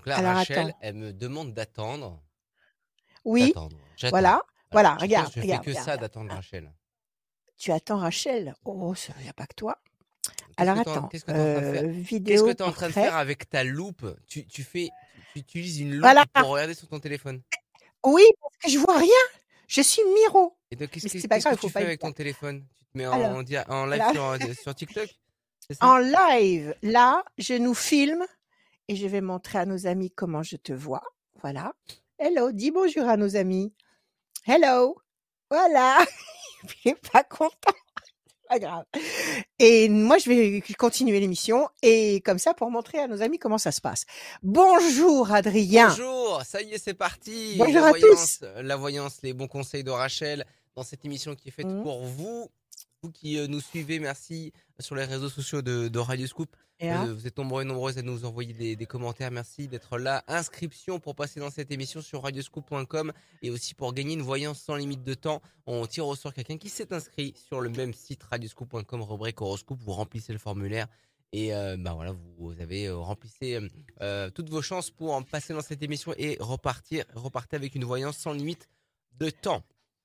Donc là, Alors Rachel, attends. elle me demande d'attendre. Oui, J'attends. voilà. Voilà. Voilà, Je pense regarde, que je fais regarde, que regarde, ça regarde. d'attendre Rachel. Tu attends Rachel? Oh, il n'y a pas que toi. Qu'est-ce Alors que attends, qu'est-ce que tu es en train de faire? Qu'est-ce que vidéo tu es en train de faire portrait. avec ta loupe? Tu utilises une loupe Voilà. pour regarder sur ton téléphone. Oui, parce que je vois rien. Je suis Miro. Et donc, Mais c'est pas qu'est-ce grave, que il faut tu pas fais être avec ton là. téléphone? Tu te mets Alors, en live alors, sur TikTok? C'est ça? en live, là, je nous filme et je vais montrer à nos amis comment je te vois. Voilà. Hello, dis bonjour à nos amis. Hello. Voilà. Il est pas content. Pas grave. Et moi, je vais continuer l'émission et comme ça pour montrer à nos amis comment ça se passe. Bonjour Adrien. Bonjour, ça y est, c'est parti. Bonjour à tous. La voyance, les bons conseils de Rachel dans cette émission qui est faite Mmh. pour vous. Vous qui nous suivez, merci sur les réseaux sociaux de Radio Scoop. Yeah. Vous êtes nombreux et nombreuses à nous envoyer des commentaires. Merci d'être là. Inscription pour passer dans cette émission sur radioscoop.com et aussi pour gagner une voyance sans limite de temps. On tire au sort quelqu'un qui s'est inscrit sur le même site radioscoop.com, rubrique horoscope. Vous remplissez le formulaire et voilà, vous avez remplissé toutes vos chances pour en passer dans cette émission et repartez avec une voyance sans limite de temps.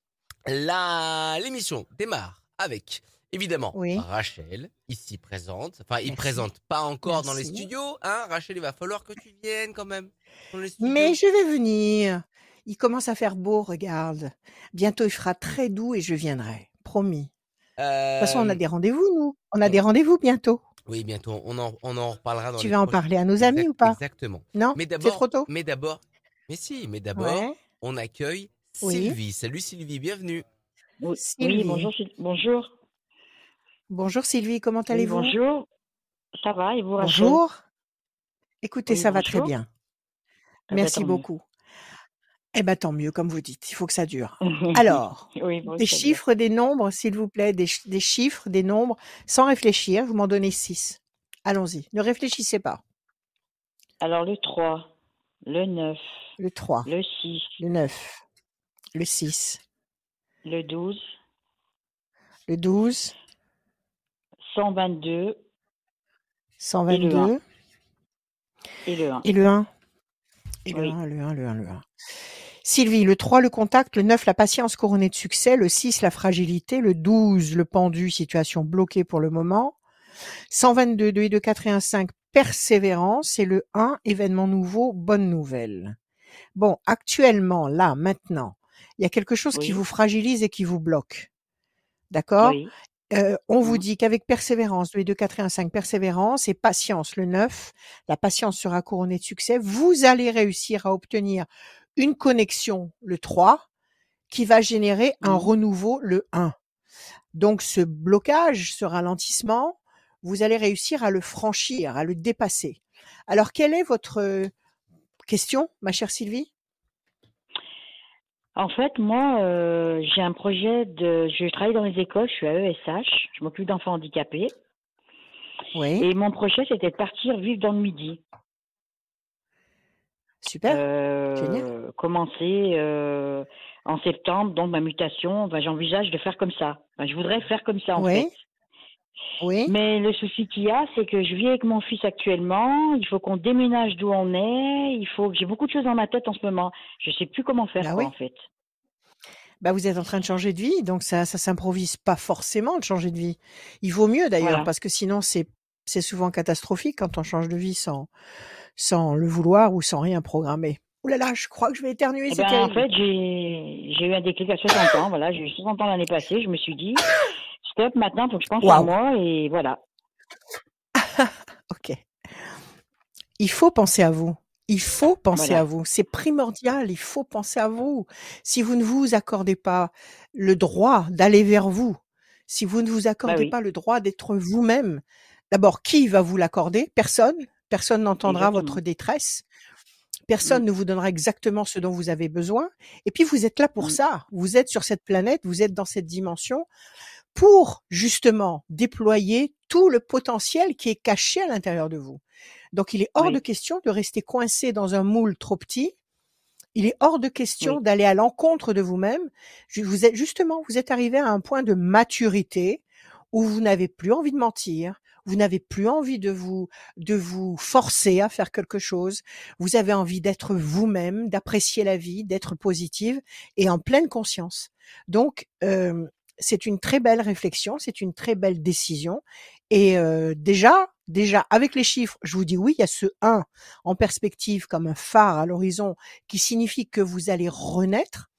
L'émission démarre avec, évidemment, Oui. Rachel, ici présente. Enfin, il Merci. présente pas encore dans les Merci. studios, hein. Rachel, il va falloir que tu viennes quand même dans les studios. Mais je vais venir. Il commence à faire beau, regarde. Bientôt, il fera très doux et je viendrai. Promis. De toute façon, on a des rendez-vous, nous. On a des rendez-vous bientôt. Oui, bientôt. On en reparlera dans Tu les vas en prochains. parler à nos amis ou pas? Exactement. Non, Mais c'est d'abord, trop tôt. mais d'abord, Ouais. on accueille Oui. Sylvie. Salut Sylvie, bienvenue. Oui, Sylvie. bonjour. Bonjour. Bonjour Sylvie, comment Oui, allez-vous? bonjour. Ça va, et vous, Rachel? Bonjour. Écoutez, Oui, ça va très bonjour. bien. Eh ben, Merci tant mieux. beaucoup. Eh ben, tant mieux, comme vous dites. Il faut que ça dure. Alors, Oui, bon, des ça dure. chiffres, des nombres, s'il vous plaît, des chiffres, des nombres, sans réfléchir. Vous m'en donnez 6. Allons-y. Ne réfléchissez pas. Alors, le 3, le 9, Le 3, le 6, le 9, le 6, le 12, le 12, 122 122 et le 1. et le 1. Et le Oui. 1, le 1, le 1, le 1. Sylvie, le 3, le contact, le 9, la patience couronnée de succès, le 6, la fragilité, le 12, le pendu, situation bloquée pour le moment, 122, 2 et 2, 4 et 1, 5, persévérance, et le 1, événement nouveau, bonne nouvelle. Bon, actuellement, là, maintenant, il y a quelque chose qui Oui. vous fragilise et qui vous bloque. D'accord? Oui. On vous dit qu'avec persévérance, 2 et 2, 4 et 1, 5, persévérance et patience, le 9, la patience sera couronnée de succès. Vous allez réussir à obtenir une connexion, le 3, qui va générer un renouveau, le 1. Donc ce blocage, ce ralentissement, vous allez réussir à le franchir, à le dépasser. Alors quelle est votre question, ma chère Sylvie? En fait, moi, j'ai un projet je travaille dans les écoles, je suis à ESH, je m'occupe d'enfants handicapés. Oui. Et mon projet, c'était de partir vivre dans le Midi. Super. Génial. Commencer en septembre, donc ma mutation, j'envisage de faire comme ça. Je voudrais faire comme ça, en fait. Oui. Mais le souci qu'il y a, c'est que je vis avec mon fils actuellement. Il faut qu'on déménage d'où on est. J'ai beaucoup de choses dans ma tête en ce moment. Je sais plus comment faire, en fait. Bah, vous êtes en train de changer de vie, donc ça s'improvise pas forcément de changer de vie. Il vaut mieux d'ailleurs, Voilà. parce que sinon c'est souvent catastrophique quand on change de vie sans le vouloir ou sans rien programmer. Ouh là là, je crois que je vais éternuer, c'est terrible. En fait, j'ai eu un déclic à 60 ans. Voilà, j'ai eu 60 ans l'année passée. Je me suis dit, stop, maintenant, il faut que je pense à moi et voilà. Ok. Il faut penser à vous. Il faut penser à vous. C'est primordial. Il faut penser à vous. Si vous ne vous accordez pas le droit d'aller vers vous, si vous ne vous accordez pas le droit d'être vous-même, d'abord, qui va vous l'accorder? Personne. Personne n'entendra votre détresse. Personne ne vous donnera exactement ce dont vous avez besoin. Et puis, vous êtes là pour ça. Vous êtes sur cette planète, vous êtes dans cette dimension pour justement déployer tout le potentiel qui est caché à l'intérieur de vous. Donc, il est hors de question de rester coincé dans un moule trop petit. Il est hors de question d'aller à l'encontre de vous-même. Vous êtes arrivé à un point de maturité où vous n'avez plus envie de mentir, Vous n'avez plus envie de vous forcer à faire quelque chose. Vous avez envie d'être vous-même, d'apprécier la vie, d'être positive et en pleine conscience. Donc, c'est une très belle réflexion, c'est une très belle décision. Et déjà, avec les chiffres, je vous dis oui, il y a ce 1 en perspective comme un phare à l'horizon qui signifie que vous allez renaître.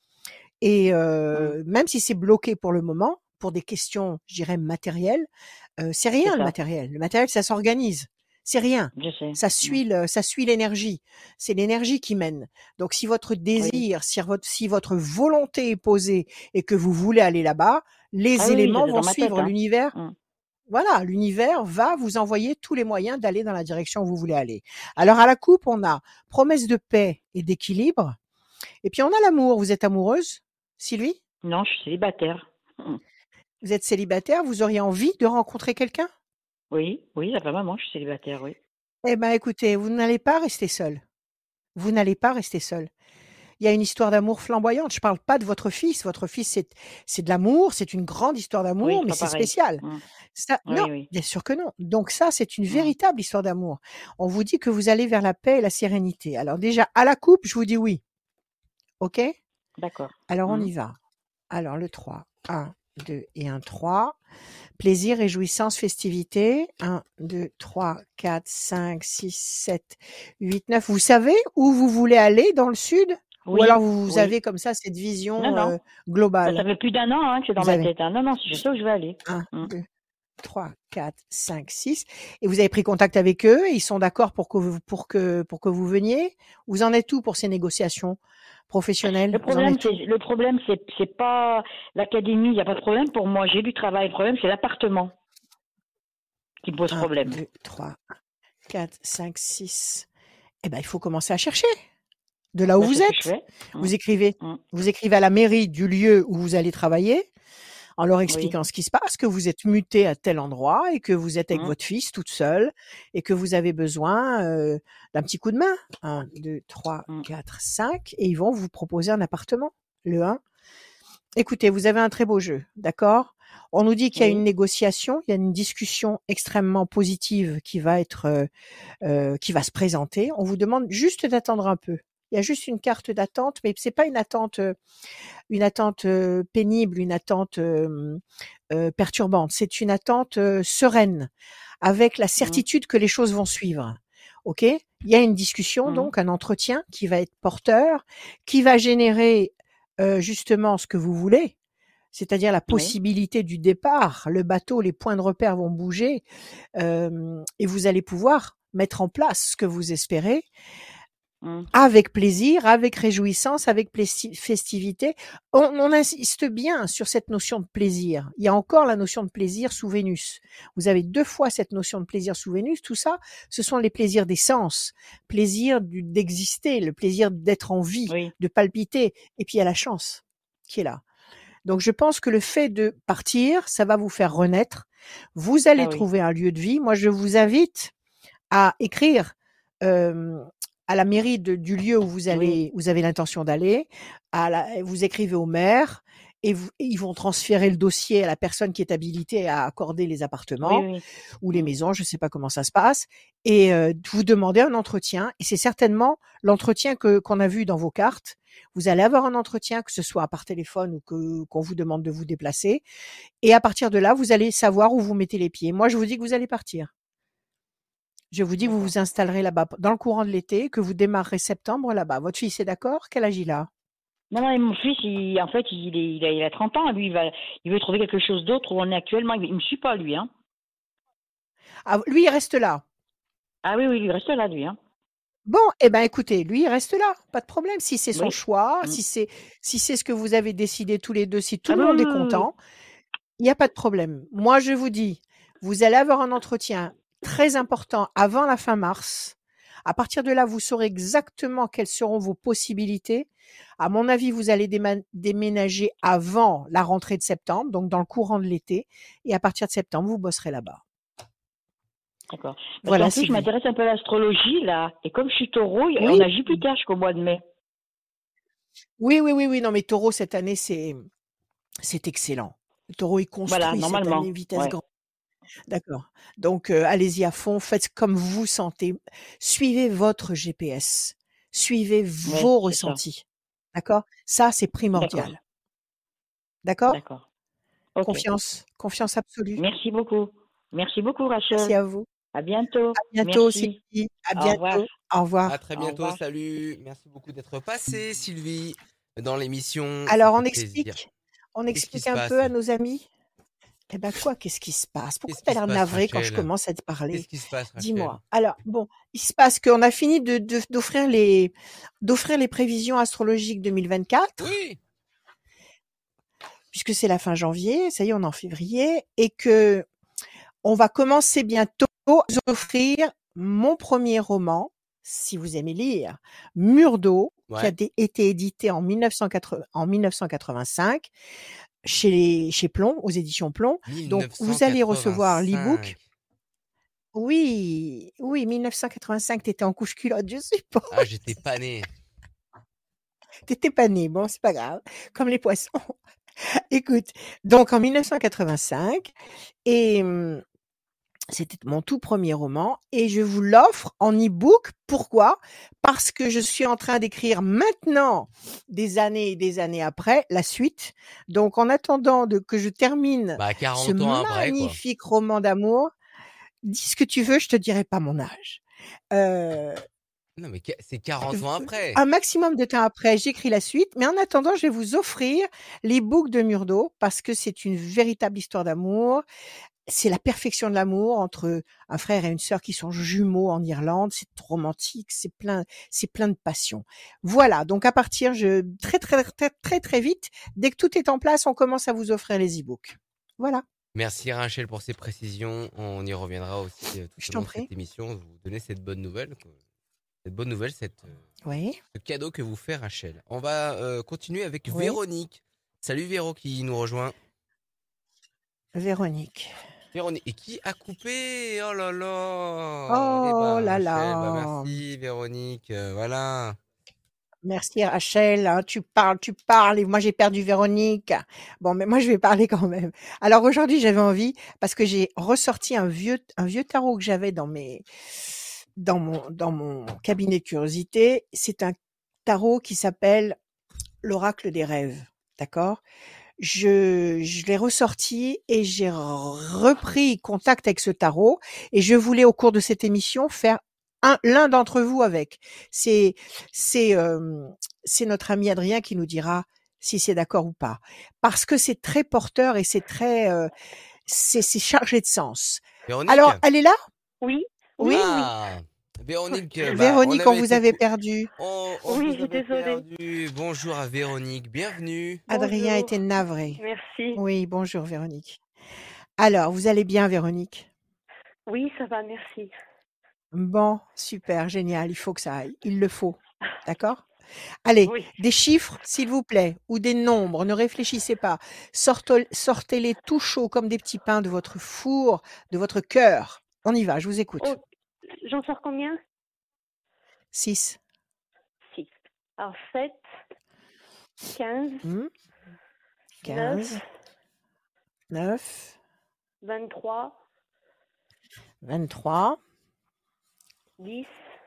Et même si c'est bloqué pour le moment, pour des questions, je dirais, matérielles, c'est C'est rien le ça. matériel. Le matériel, ça s'organise. C'est rien. Je sais. Ça suit l'énergie. C'est l'énergie qui mène. Donc, si votre Oui. désir, si votre volonté est posée et que vous voulez aller là-bas, les Ah oui, éléments c'est vont dans ma tête, suivre. hein. L'univers, Mm. voilà, l'univers va vous envoyer tous les moyens d'aller dans la direction où vous voulez aller. Alors, à la coupe, on a promesse de paix et d'équilibre. Et puis, on a l'amour. Vous êtes amoureuse, Sylvie? Non, je suis célibataire. Mm. Vous êtes célibataire, vous auriez envie de rencontrer quelqu'un? Oui, oui, ça fait maman, je suis célibataire, oui. Eh ben, écoutez, vous n'allez pas rester seul. Vous n'allez pas rester seul. Il y a une histoire d'amour flamboyante. Je parle pas de votre fils. Votre fils, c'est de l'amour, c'est une grande histoire Oui, d'amour, c'est mais pas c'est pareil. spécial. Mm. Ça, non, Oui, oui. bien sûr que non. Donc ça, c'est une Mm. véritable histoire d'amour. On vous dit que vous allez vers la paix et la sérénité. Alors déjà, à la coupe, je vous dis oui. OK? D'accord. Alors on Mm. y va. Alors le 3. 1, 2 et 1, 3. Plaisir, réjouissance, festivité. 1, 2, 3, 4, 5, 6, 7, 8, 9. Vous savez où vous voulez aller dans le sud? Ou alors Oui, vous oui. avez comme ça cette Non, vision non. Bah, ça globale? fait plus d'1 an hein, que c'est dans Vous ma avez tête. Hein. Non, non, je sais où je vais aller. 1, Mm. 2, 3, 4, 5, 6. Et vous avez pris contact avec eux et ils sont d'accord pour que vous veniez? Vous en êtes où pour ces négociations professionnelles? Vous en êtes où? Le problème, c'est pas l'académie, il n'y a pas de problème pour moi. J'ai du travail. Le problème, c'est l'appartement qui me pose 1, problème. 2, 3, 4, 5, 6. Eh ben, il faut commencer à chercher. De là où Bah, vous c'est ce que je êtes. fais. Vous Mm. écrivez. Mm. Vous écrivez à la mairie du lieu où vous allez travailler en leur Oui. expliquant ce qui se passe, que vous êtes muté à tel endroit et que vous êtes avec Mm. votre fils toute seule et que vous avez besoin d'un petit coup de main. 1, 2, 3, Mm. 4, 5. Et ils vont vous proposer un appartement. Le 1. Écoutez, vous avez un très beau jeu, d'accord? On nous dit qu'il y a une Oui. négociation, il y a une discussion extrêmement positive qui va se présenter. On vous demande juste d'attendre un peu. Il y a juste une carte d'attente, mais c'est pas une attente pénible, une attente perturbante. C'est une attente sereine, avec la Mm. certitude que les choses vont suivre. Ok? Il y a une discussion, Mm. donc un entretien qui va être porteur, qui va générer justement ce que vous voulez, c'est-à-dire la Oui. possibilité du départ. Le bateau, les points de repère vont bouger et vous allez pouvoir mettre en place ce que vous espérez Mm. avec plaisir, avec réjouissance, avec festivité. On insiste bien sur cette notion de plaisir. Il y a encore la notion de plaisir sous Vénus. Vous avez 2 fois cette notion de plaisir sous Vénus. Tout ça, ce sont les plaisirs des sens, plaisir d'exister, le plaisir d'être en vie, Oui. de palpiter. Et puis il y a la chance qui est là. Donc je pense que le fait de partir, ça va vous faire renaître. Vous allez Ah oui. trouver un lieu de vie. Moi, je vous invite à écrire à la mairie du lieu où vous Oui. avez l'intention d'aller. Vous écrivez au maire et ils vont transférer le dossier à la personne qui est habilitée à accorder les Oui, appartements oui. ou les Mm. maisons, je ne sais pas comment ça se passe, et vous demandez un entretien. Et c'est certainement l'entretien qu'on a vu dans vos cartes. Vous allez avoir un entretien, que ce soit par téléphone ou qu'on vous demande de vous déplacer. Et à partir de là, vous allez savoir où vous mettez les pieds. Moi, je vous dis que vous allez partir. Je vous dis que vous D'accord. vous installerez là-bas dans le courant de l'été, que vous démarrerez septembre là-bas. Votre fils est d'accord? Quel âge il a? Non, non, et mon fils, en fait, il a 30 ans. Lui, il veut trouver quelque chose d'autre où on est actuellement. Il me suit pas, lui. Hein. Ah, lui, il reste là. Ah oui, oui, il reste là, lui. Hein. Bon, eh ben, écoutez, lui, il reste là. Pas de problème. Si c'est son Oui. choix, Mm. si c'est ce que vous avez décidé tous les deux, si tout Ah le oui, monde oui, est oui, oui. content, il n'y a pas de problème. Moi, je vous dis, vous allez avoir un entretien très important avant la fin mars. À partir de là, vous saurez exactement quelles seront vos possibilités. À mon avis, vous allez déménager avant la rentrée de septembre, donc dans le courant de l'été. Et à partir de septembre, vous bosserez là-bas. D'accord. Parce Voilà, qu'en plus, je Sylvie. m'intéresse un peu à l'astrologie, là. Et comme je suis taureau, Oui. on a Jupiter jusqu'au mois de mai. Oui. Non, mais Taureau, cette année, c'est excellent. Le Taureau, il Voilà, construit cette normalement. année vitesse Ouais. grand. D'accord. Donc, allez-y à fond, faites comme vous sentez. Suivez votre GPS. Suivez Oui, vos c'est ça. ressentis. D'accord? Ça, c'est D'accord, primordial. D'accord? d'accord. OK. Confiance absolue. Merci beaucoup, Merci Rachel. à vous. À bientôt. À bientôt, Merci. Sylvie. À Au revoir. bientôt. Au À revoir. très Au bientôt, revoir. salut. Merci beaucoup d'être passé, Sylvie, dans l'émission. Ça Alors, fait plaisir. on Qu'est-ce qui explique se un peu passe? à nos amis? Eh ben quoi, qu'est-ce qui se passe? Pourquoi Qu'est-ce tu as qui se l'air passe, navré quand je Rachel? commence à te Qu'est-ce parler? qui se passe, Rachel? Dis-moi. Alors, bon, il se passe qu'on a fini d'offrir les prévisions astrologiques 2024, Oui. puisque c'est la fin janvier, ça y est, on est en février, et que on va commencer bientôt à vous offrir mon premier roman, si vous aimez lire, Mur d'eau, qui a Ouais. été édité en 1985 chez Plomb, aux éditions Plomb. Donc, vous allez recevoir l'e-book. 1985. Oui, 1985, t'étais en couche-culotte, je suppose. Ah, j'étais pas né. T'étais pas né, bon, c'est pas grave, comme les poissons. Écoute, donc en 1985, et c'était mon tout premier roman, et je vous l'offre en e-book. Pourquoi? Parce que je suis en train d'écrire maintenant, des années et des années après, la suite. Donc, en attendant que je termine Bah, ce 40 ans après, quoi. magnifique roman d'amour, dis ce que tu veux, je te dirai pas mon âge. Non, mais c'est 40 ans après. Un maximum de temps après, j'écris la suite, mais en attendant, je vais vous offrir les books de Mur d'eau parce que c'est une véritable histoire d'amour. C'est la perfection de l'amour entre un frère et une sœur qui sont jumeaux en Irlande. C'est romantique, c'est plein de passion. Voilà. Donc à partir, très vite, dès que tout est en place, on commence à vous offrir les e-books. Voilà. Merci, Rachel, pour ces précisions. On y reviendra aussi Je tout au t'en long de prie. cette émission. Vous donner cette bonne nouvelle. Oui. Ce cadeau que vous fait Rachel. On va continuer avec Oui. Véronique. Salut Véro qui nous rejoint. Véronique. Et qui a coupé? Oh là là. Eh Oh ben, là Rachel, bah là. merci Véronique. Voilà. Merci Rachel, hein, tu parles et moi j'ai perdu Véronique. Bon, mais moi je vais parler quand même. Alors aujourd'hui j'avais envie parce que j'ai ressorti un vieux tarot que j'avais dans mon cabinet de curiosité. C'est un tarot qui s'appelle l'oracle des rêves, d'accord? Je l'ai ressorti et j'ai repris contact avec ce tarot et je voulais au cours de cette émission faire l'un d'entre vous avec. C'est notre ami Adrien qui nous dira si c'est d'accord ou pas. Parce que c'est très porteur et c'est très c'est chargé de sens. Véronique? Alors, elle est là? Oui, Oui? Ah, Véronique, on Véronique, on avait vous été avait perdu. on Oui, vous avait désolée. perdu. Bonjour à Véronique, bienvenue. Adrien Bonjour. était navré. Merci. Oui, bonjour Véronique. Alors, vous allez bien Véronique? Oui, ça va, merci. Bon, super, génial, il faut que ça aille. Il le faut. D'accord? Allez, Oui. des chiffres, s'il vous plaît, ou des nombres, ne réfléchissez pas. Sortez-les tout chauds comme des petits pains de votre four, de votre cœur. On y va, je vous écoute. Oh, j'en sors combien? 6. 6. Alors 7, 15, 15, 9, 23, 23, 10,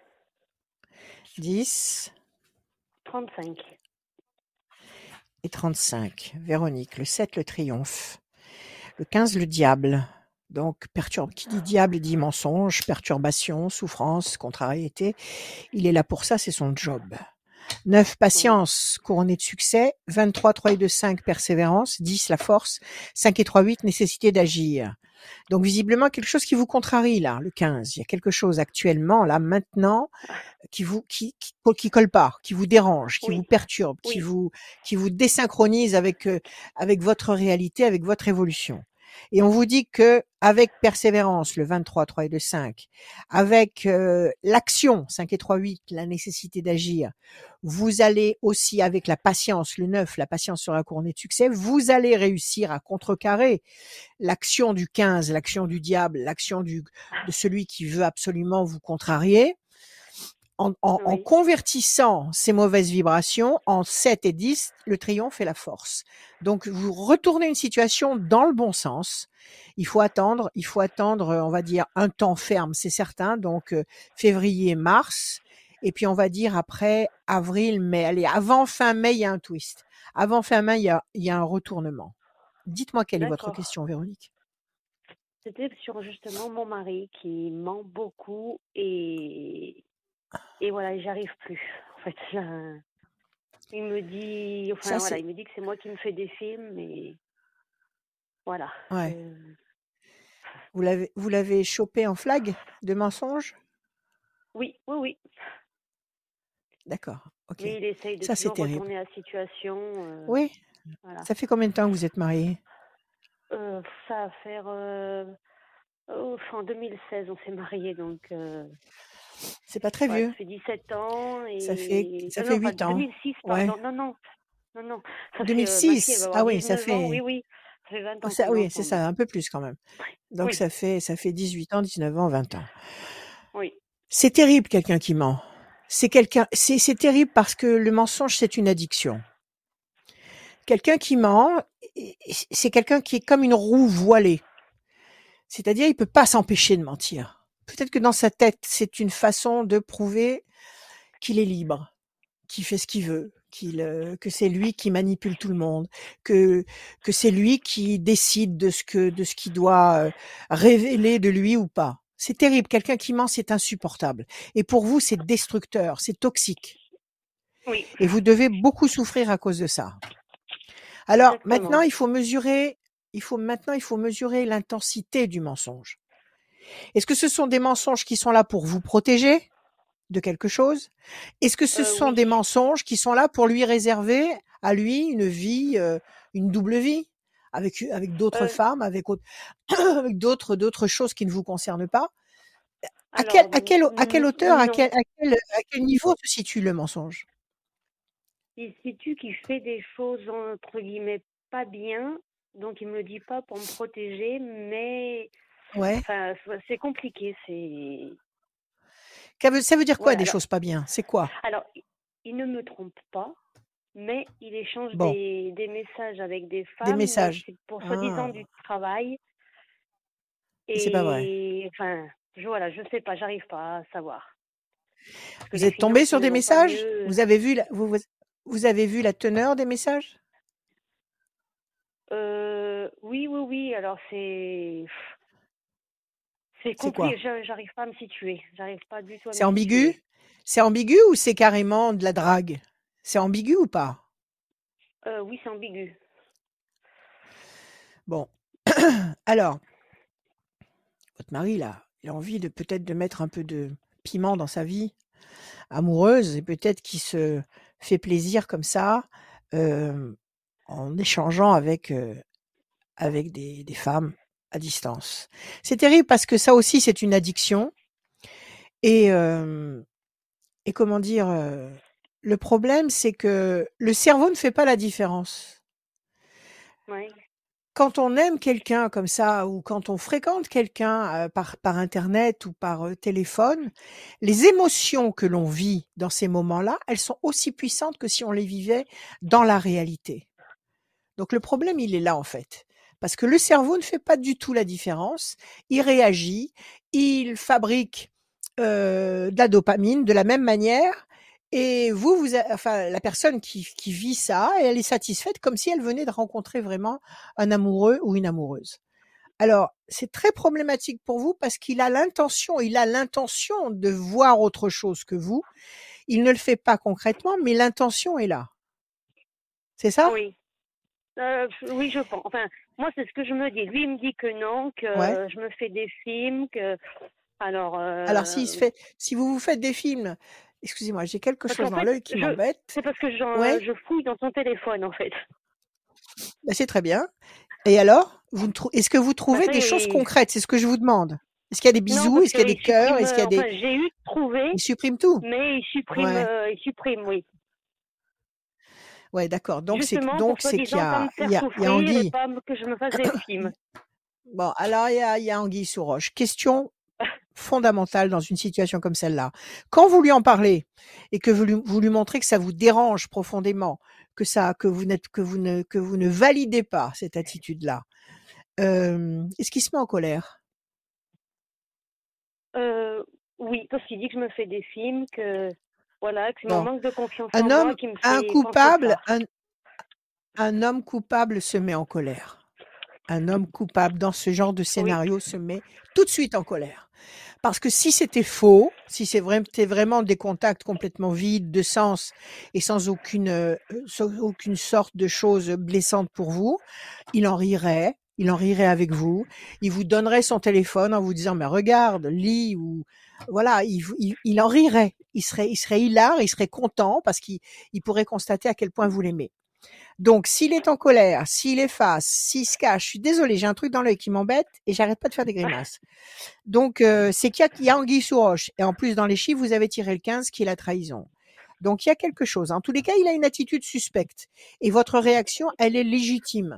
10 35. et 35. Véronique, le 7, le triomphe. Le 15, le diable. Donc, qui dit diable dit mensonge, perturbation, souffrance, contrariété. Il est là pour ça, c'est son job. 9, patience, couronné de succès. 23, 3 et 2, 5, persévérance. 10, la force. 5 et 3, 8, nécessité d'agir. Donc, visiblement, quelque chose qui vous contrarie, là, le 15. Il y a quelque chose actuellement, là, maintenant, qui colle pas, qui vous dérange, qui Oui. vous perturbe, Oui. qui vous désynchronise avec votre réalité, avec votre évolution. Et on vous dit que avec persévérance, le 23, 3 et 2, 5, avec l'action, 5 et 3, 8, la nécessité d'agir, vous allez aussi avec la patience, le 9, la patience sur la couronnée de succès, vous allez réussir à contrecarrer l'action du 15, l'action du diable, l'action de celui qui veut absolument vous contrarier. En Oui, convertissant ces mauvaises vibrations en 7 et 10, le triomphe et la force. Donc, vous retournez une situation dans le bon sens. Il faut attendre, on va dire, un temps ferme, c'est certain. Donc, février, mars. Et puis, on va dire après avril, mai. Allez, avant fin mai, il y a un twist. Avant fin mai, il y a un retournement. Dites-moi quelle est votre d'accord. question, Véronique. C'était sur justement mon mari qui ment beaucoup et voilà, j'arrive plus. En fait, là, il me dit, Ça, enfin voilà, c'est, il me dit que c'est moi qui me fais des films, mais voilà. ouais. Vous l'avez chopé en flag de mensonge? Oui, oui, oui. D'accord. Ok. Mais il essaye de Ça, c'est toujours terrible. retourner la situation. Oui. Voilà. Ça fait combien de temps que vous êtes mariés? Ça va faire en 2016, on s'est mariés, donc C'est pas très ouais, vieux. ça fait 17 ans Ça fait, et ça non, fait non, pas 8 ans. 2006, Ouais. pardon, non, ça fait ma fille, elle va 2006. avoir Ah oui, ça 19 ans, fait, oui, ça fait 20 ans ça, qu'on est oui, c'est ensemble. ça, un peu plus quand même. Donc Oui, ça fait 18 ans, 19 ans, 20 ans. oui, C'est terrible quelqu'un qui ment. C'est terrible parce que le mensonge, c'est une addiction. Quelqu'un qui ment, c'est quelqu'un qui est comme une roue voilée. C'est-à-dire, il peut pas s'empêcher de mentir. Peut-être que dans sa tête, c'est une façon de prouver qu'il est libre, qu'il fait ce qu'il veut, que c'est lui qui manipule tout le monde, que c'est lui qui décide de ce qu'il doit révéler de lui ou pas. C'est terrible. Quelqu'un qui ment, c'est insupportable. Et pour vous, c'est destructeur, c'est toxique. oui, Et vous devez beaucoup souffrir à cause de ça. Alors maintenant, exactement. il faut mesurer l'intensité du mensonge. Est-ce que ce sont des mensonges qui sont là pour vous protéger de quelque chose? Est-ce que ce sont Oui, des mensonges qui sont là pour lui réserver à lui une vie, une double vie avec d'autres euh, femmes, avec avec d'autres choses qui ne vous concernent pas? alors, À quelle hauteur, non, à quel niveau se situe le mensonge? il se situe qu'il fait des choses entre guillemets pas bien, donc il me le dit pas pour me protéger, mais Ouais. enfin, c'est compliqué, c'est Ça veut dire quoi voilà. des choses pas bien? C'est quoi? Alors, il ne me trompe pas, mais il échange Bon, des messages avec des des femmes, mais messages. c'est pour soi-disant Ah, du travail. et c'est pas vrai. Et enfin, voilà, je sais pas, j'arrive pas à savoir. Parce que Vous les êtes tombé finances sur ne des vont pas messages? mieux. Vous avez vu la teneur des messages? Oui, oui, oui. Alors c'est C'est compliqué. quoi? J'arrive pas à me situer. J'arrive pas du tout à me C'est ambigu? situer. C'est ambigu ou c'est carrément de la drague? C'est ambigu ou pas? Oui, c'est ambigu. Bon. Alors, votre mari, là, il a envie de peut-être de mettre un peu de piment dans sa vie amoureuse et peut-être qu'il se fait plaisir comme ça, en échangeant avec des femmes à distance. C'est terrible parce que ça aussi, c'est une addiction et comment dire? Le problème, c'est que le cerveau ne fait pas la différence. Oui. Quand on aime quelqu'un comme ça ou quand on fréquente quelqu'un, par internet ou par, téléphone, les émotions que l'on vit dans ces moments-là, elles sont aussi puissantes que si on les vivait dans la réalité. Donc le problème, il est là, en fait. Parce que le cerveau ne fait pas du tout la différence. Il réagit, il fabrique, de la dopamine de la même manière et enfin la personne qui vit ça, elle est satisfaite comme si elle venait de rencontrer vraiment un amoureux ou une amoureuse. Alors, c'est très problématique pour vous parce qu'il a l'intention de voir autre chose que vous. Il ne le fait pas concrètement, mais l'intention est là. C'est ça? Oui. Oui, je pense. Enfin, moi, c'est ce que je me dis. Lui, il me dit que non, que Ouais. je me fais des films, que alors. Alors si vous vous faites des films, excusez-moi, j'ai quelque Parce chose qu'en dans fait, l'œil qui m'embête. c'est parce que Ouais, je fouille dans son téléphone, en fait. bah, c'est très bien. Et alors, est-ce que vous Bah trouvez ça y des choses est. concrètes? C'est ce que je vous demande. Est-ce qu'il y a des Non, bisous? parce Est-ce qu'il y a des qu'il cœurs? supprime. Est-ce qu'il y a Enfin, j'ai eu trouvé, il supprime tout? mais Ouais, il supprime, oui. ouais, d'accord. Justement, pour Donc c'est qu'il y soi-disant pas me a, faire il y a souffrir et anguille. pas que je me fasse des films. Bon, alors il y a anguille sous roche. fondamentale dans une situation comme celle-là. Quand vous lui en parlez et que vous lui montrez que ça vous dérange profondément, que vous ne validez pas cette attitude-là, est-ce qu'il se met en colère? Oui, parce qu'il dit que je me fais des films, que voilà, que c'est mon Bon, manque de confiance un en moi homme, qui me un fait penser coupable, ça. un homme coupable se met en colère. Un homme coupable dans ce genre de Oui, scénario se met tout de suite en colère. Parce que si c'était faux, si c'était vraiment des contacts complètement vides de sens et sans aucune sorte de chose blessante pour vous, il en rirait avec vous, il vous donnerait son téléphone en vous disant mais regarde, lis ou voilà, il en rirait, il serait hilar, il serait content parce qu'il pourrait constater à quel point vous l'aimez. Donc, s'il est en colère, s'il efface, s'il se cache, je suis désolée, j'ai un truc dans l'œil qui m'embête et j'arrête pas de faire des grimaces. Donc, c'est qu'il y a anguille sous roche. Et en plus, dans les chiffres, vous avez tiré le 15 qui est la trahison. Donc, il y a quelque chose. En tous les cas, il a une attitude suspecte. Et votre réaction, elle est légitime.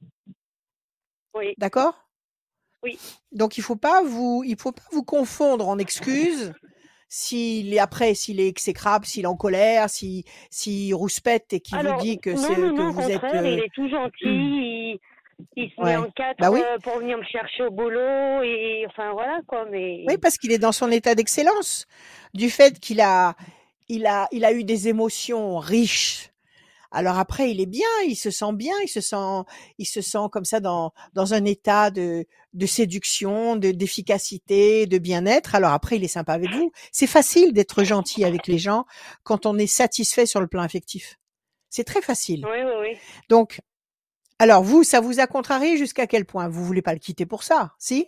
oui, D'accord? oui. Donc, il faut pas vous confondre en excuses. S'il est exécrable, s'il est en colère, s'il rouspète et qu'il vous Alors, dit que non, au vous êtes, contraire, il est tout gentil, il se met en ouais. Bah quatre oui. pour venir me chercher au boulot, et enfin voilà quoi, Oui, mais parce qu'il est dans son état d'excellence. Du fait qu'il a eu des émotions riches. Alors après, il est bien, il se sent bien, il se sent comme ça dans un état de séduction, d'efficacité, de bien-être. Alors après, il est sympa avec vous. C'est facile d'être gentil avec les gens quand on est satisfait sur le plan affectif. C'est très facile. oui. Donc, alors vous, ça vous a contrarié jusqu'à quel point? Vous voulez pas le quitter pour ça, si?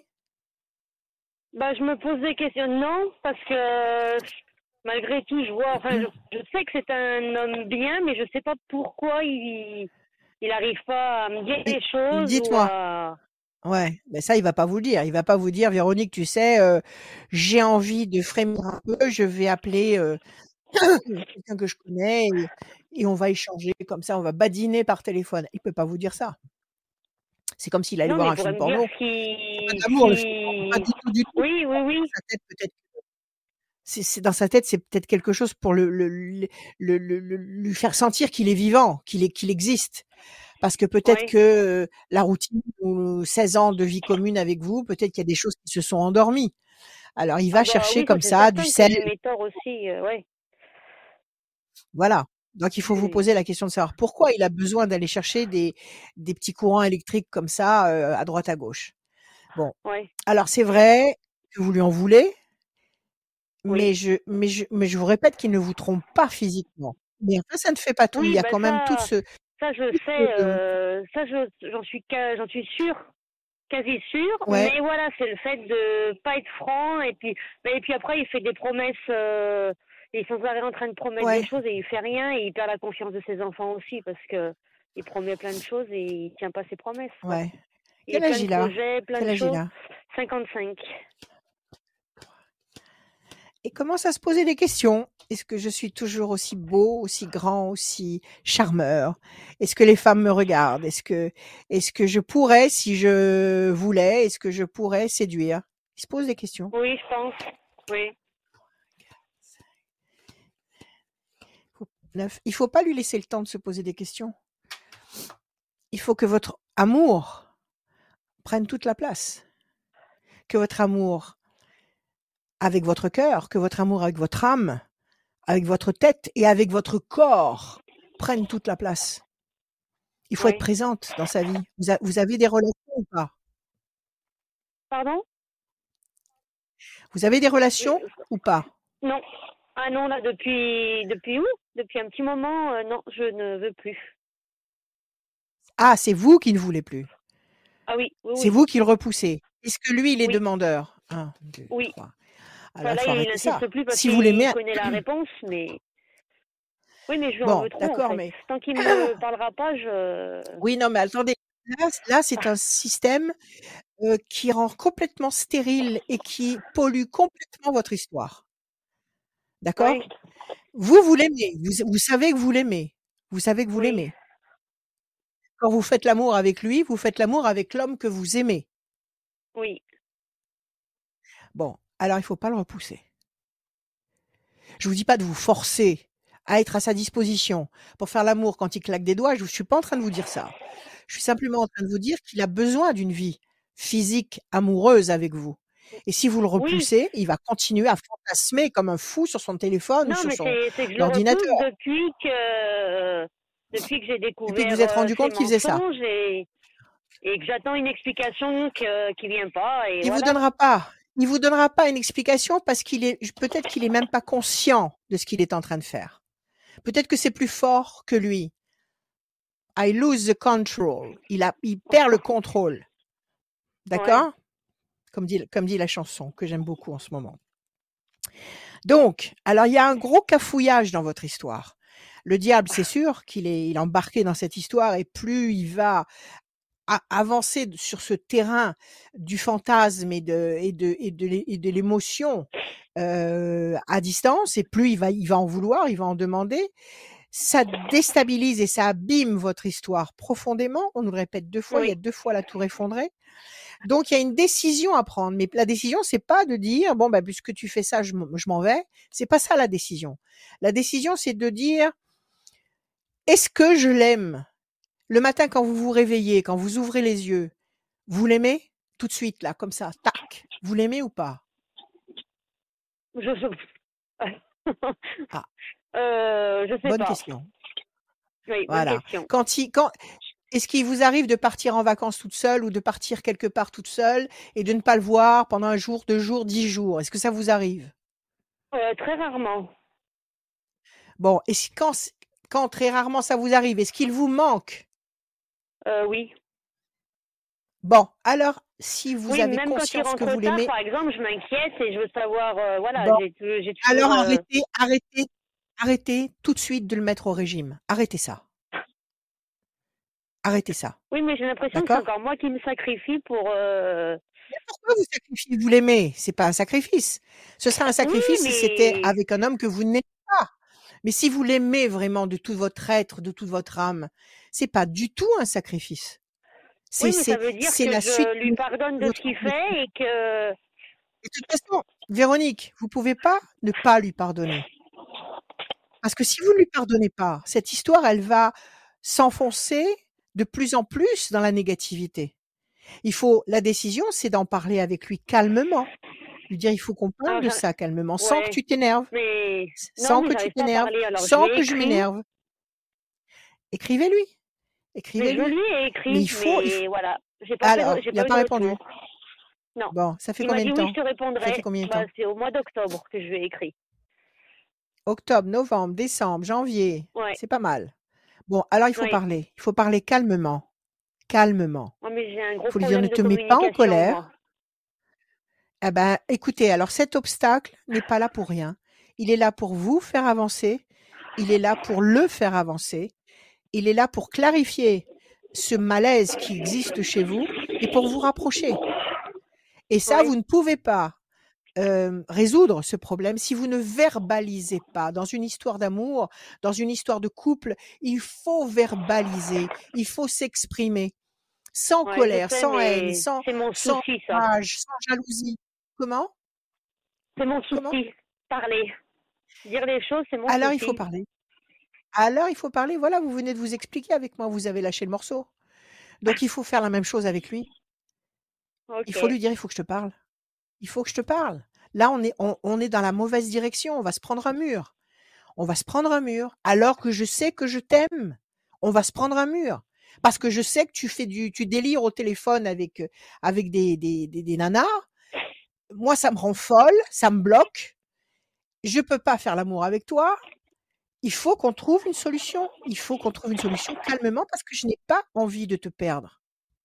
Bah, je me pose des questions. Non, parce que malgré tout, je vois, enfin, je sais que c'est un homme bien, mais je sais pas pourquoi il arrive pas à me dire des choses ou Dites-moi. à. Ouais, mais ça, il va pas vous le dire. Il va pas vous dire, Véronique, tu sais, j'ai envie de frémir un peu, je vais appeler quelqu'un que je connais et on va échanger comme ça, on va badiner par téléphone. Il peut pas vous dire ça. C'est comme s'il allait Non, voir mais il un pourrait film me dire porno. C'est pas de l'amour, le film porno, pas du tout, du tout. Oui, Dans oui. sa tête, peut-être. C'est dans sa tête, c'est peut-être quelque chose pour lui faire sentir qu'il est vivant, qu'il existe. Parce que peut-être Oui. que la routine ou 16 ans de vie commune avec vous, peut-être qu'il y a des choses qui se sont endormies. Alors il va Ah bah chercher oui, ça comme c'est ça du certain que sel, j'ai mes torts aussi, ouais. voilà. Donc il faut vous poser la question de savoir pourquoi il a besoin d'aller chercher des petits courants électriques comme ça, à droite à gauche. Bon, Ouais, alors c'est vrai que vous lui en voulez, oui. mais je vous répète qu'il ne vous trompe pas physiquement. Mais enfin ça ne fait pas tout. Il Oui, y a bah quand même ça je tout sais, ce ça j'en suis sûre, quasi sûre, ouais, mais voilà, c'est le fait de pas être franc et puis après il fait des promesses, il est sans arrêt en train de promettre des ouais, choses et il fait rien et il perd la confiance de ses enfants aussi parce que il promet plein de choses et il tient pas ses promesses, quoi. ouais. Il a Quel plein âge de il a? projets, plein Quel de âge il choses. a? 55. Et commence à se poser des questions. Est-ce que je suis toujours aussi beau, aussi grand, aussi charmeur? Est-ce que les femmes me regardent? Est-ce que je pourrais, si je voulais, est-ce que je pourrais séduire? Il se pose des questions. Oui, je pense. Oui, Il faut pas lui laisser le temps de se poser des questions. Il faut que votre amour prenne toute la place. Que votre amour avec votre cœur, que votre amour avec votre âme, avec votre tête et avec votre corps prenne toute la place. Il faut être oui. présente dans sa vie. Vous avez des relations ou pas? Pardon? Vous avez des relations Euh, ou pas? Non. Ah non, là, depuis où? Depuis un petit moment, non, je ne veux plus. Ah, c'est vous qui ne voulez plus. Ah oui, oui, C'est oui, vous qui le repoussez. Est-ce que lui, il est oui, demandeur? 1, 2, oui. 3. Alors, Enfin, il là, faut il arrêter n'insiste ça. plus parce Si vous qu'il l'aimez, connaît la réponse, mais. Oui, mais je lui en bon, veux trop, en d'accord, fait. mais Tant qu'il me parlera pas, je. oui, non, mais attendez. Là, c'est un système qui rend complètement stérile et qui pollue complètement votre histoire. Oui, D'accord? Vous l'aimez. Vous savez que vous l'aimez. Vous savez que vous oui, l'aimez. Quand vous faites l'amour avec lui, vous faites l'amour avec l'homme que vous aimez. oui. Bon, alors il faut pas le repousser. Je vous dis pas de vous forcer à être à sa disposition pour faire l'amour quand il claque des doigts, je suis pas en train de vous dire ça. Je suis simplement en train de vous dire qu'il a besoin d'une vie physique amoureuse avec vous. Et si vous le Oui. repoussez, il va continuer à fantasmer comme un fou sur son téléphone ou Non, sur mais son c'est que je le ordinateur. repousse depuis que j'ai découvert vous êtes rendu ces compte qu'il faisait ça. mensonges et que j'attends une explication qui vient pas. Et Il vous voilà. donnera pas. Il vous donnera pas une explication parce peut-être qu'il est même pas conscient de ce qu'il est en train de faire. Peut-être que c'est plus fort que lui. I lose the control. Il perd le contrôle. D'accord? Ouais. Comme dit la chanson que j'aime beaucoup en ce moment. Donc, alors il y a un gros cafouillage dans votre histoire. Le diable, c'est sûr qu'il est embarqué dans cette histoire et plus il va avancer sur ce terrain du fantasme et de l'émotion à distance, et plus il va en vouloir, il va en demander. Ça déstabilise et ça abîme votre histoire profondément. On nous le répète 2 fois, Oui. il y a 2 fois la tour effondrée. Donc il y a une décision à prendre, mais la décision c'est pas de dire bon bah puisque tu fais ça, je m'en vais. C'est pas ça la décision. La décision c'est de dire est-ce que je l'aime? Le matin quand vous vous réveillez, quand vous ouvrez les yeux, vous l'aimez? Tout de suite là, comme ça, tac. Vous l'aimez ou pas? Ah. Je sais Bonne pas. question. Oui, Voilà. bonne question. Est-ce qu'il vous arrive de partir en vacances toute seule ou de partir quelque part toute seule et de ne pas le voir pendant 1 jour, 2 jours, 10 jours? Est-ce que ça vous arrive? Très rarement. Bon, et quand très rarement ça vous arrive, est-ce qu'il vous manque? Oui. Bon, alors si vous Oui, avez même quand il conscience que rentre vous tard, l'aimez, par exemple, je m'inquiète et je veux savoir, voilà, bon, j'ai toujours... alors arrêtez tout de suite de le mettre au régime. Arrêtez ça. Arrêtez ça. Oui, mais j'ai l'impression que c'est D'accord? encore moi qui me sacrifie pour... Mais pourquoi vous sacrifiez? Vous l'aimez, c'est pas un sacrifice. Ce serait un Oui, sacrifice si c'était mais... avec un homme que vous n'aimez pas. Mais si vous l'aimez vraiment de tout votre être, de toute votre âme, c'est pas du tout un sacrifice. Oui, mais ça veut dire C'est que la suite je lui pardonne de de ce votre qu'il objectif. fait et que... Et de toute façon, Véronique, vous pouvez pas ne pas lui pardonner. Parce que si vous ne lui pardonnez pas, cette histoire, elle va s'enfoncer de plus en plus dans la négativité. La décision, c'est d'en parler avec lui calmement. Lui dire, il faut qu'on parle Alors, de ça calmement, sans que ouais, tu t'énerves, mais... Non, sans mais que tu j'arrive pas à t'énerves, parler, alors je sans lui ai que je écrit, m'énerve. Écrivez-lui. mais je Écrivez-lui. lui ai Mais écrit, mais voilà, j'ai pas Alors, j'ai il n'a pas eu pas de répondu. retour. Non. Bon, ça fait Il m'a combien dit de oui, temps? je te Ça fait répondrai. combien de Bah, temps? c'est au mois d'octobre que je lui ai écrit. Octobre, novembre, décembre, janvier. Ouais, C'est pas mal. Bon, alors il faut oui. parler. Il faut parler calmement. Calmement. Ouais, mais j'ai un Il gros faut lui dire, ne problème de te mets pas en communication, colère. moi. Eh ben, écoutez, alors cet obstacle n'est pas là pour rien. Il est là pour vous faire avancer. Il est là pour le faire avancer. Il est là pour clarifier ce malaise qui existe chez vous et pour vous rapprocher. Et ça, Oui. vous ne pouvez pas résoudre ce problème si vous ne verbalisez pas. Dans une histoire d'amour, dans une histoire de couple, il faut verbaliser, il faut s'exprimer. Sans Ouais, je colère, sais, sans haine, mais c'est mon sans souci, ça. rage, sans jalousie. Comment? C'est mon Comment? souci. Parler. Dire les choses, c'est mon Alors il faut souci. parler. Alors il faut parler. Voilà, vous venez de vous expliquer avec moi, vous avez lâché le morceau. Donc il faut faire la même chose avec lui. Il faut Ok. lui dire, il faut que je te parle. Il faut que je te parle. Là, on est dans la mauvaise direction. On va se prendre un mur. On va se prendre un mur. Alors que je sais que je t'aime. On va se prendre un mur. Parce que je sais que tu délires au téléphone avec des nanas. Moi, ça me rend folle. Ça me bloque. Je peux pas faire l'amour avec toi. Il faut qu'on trouve une solution. Il faut qu'on trouve une solution calmement parce que je n'ai pas envie de te perdre.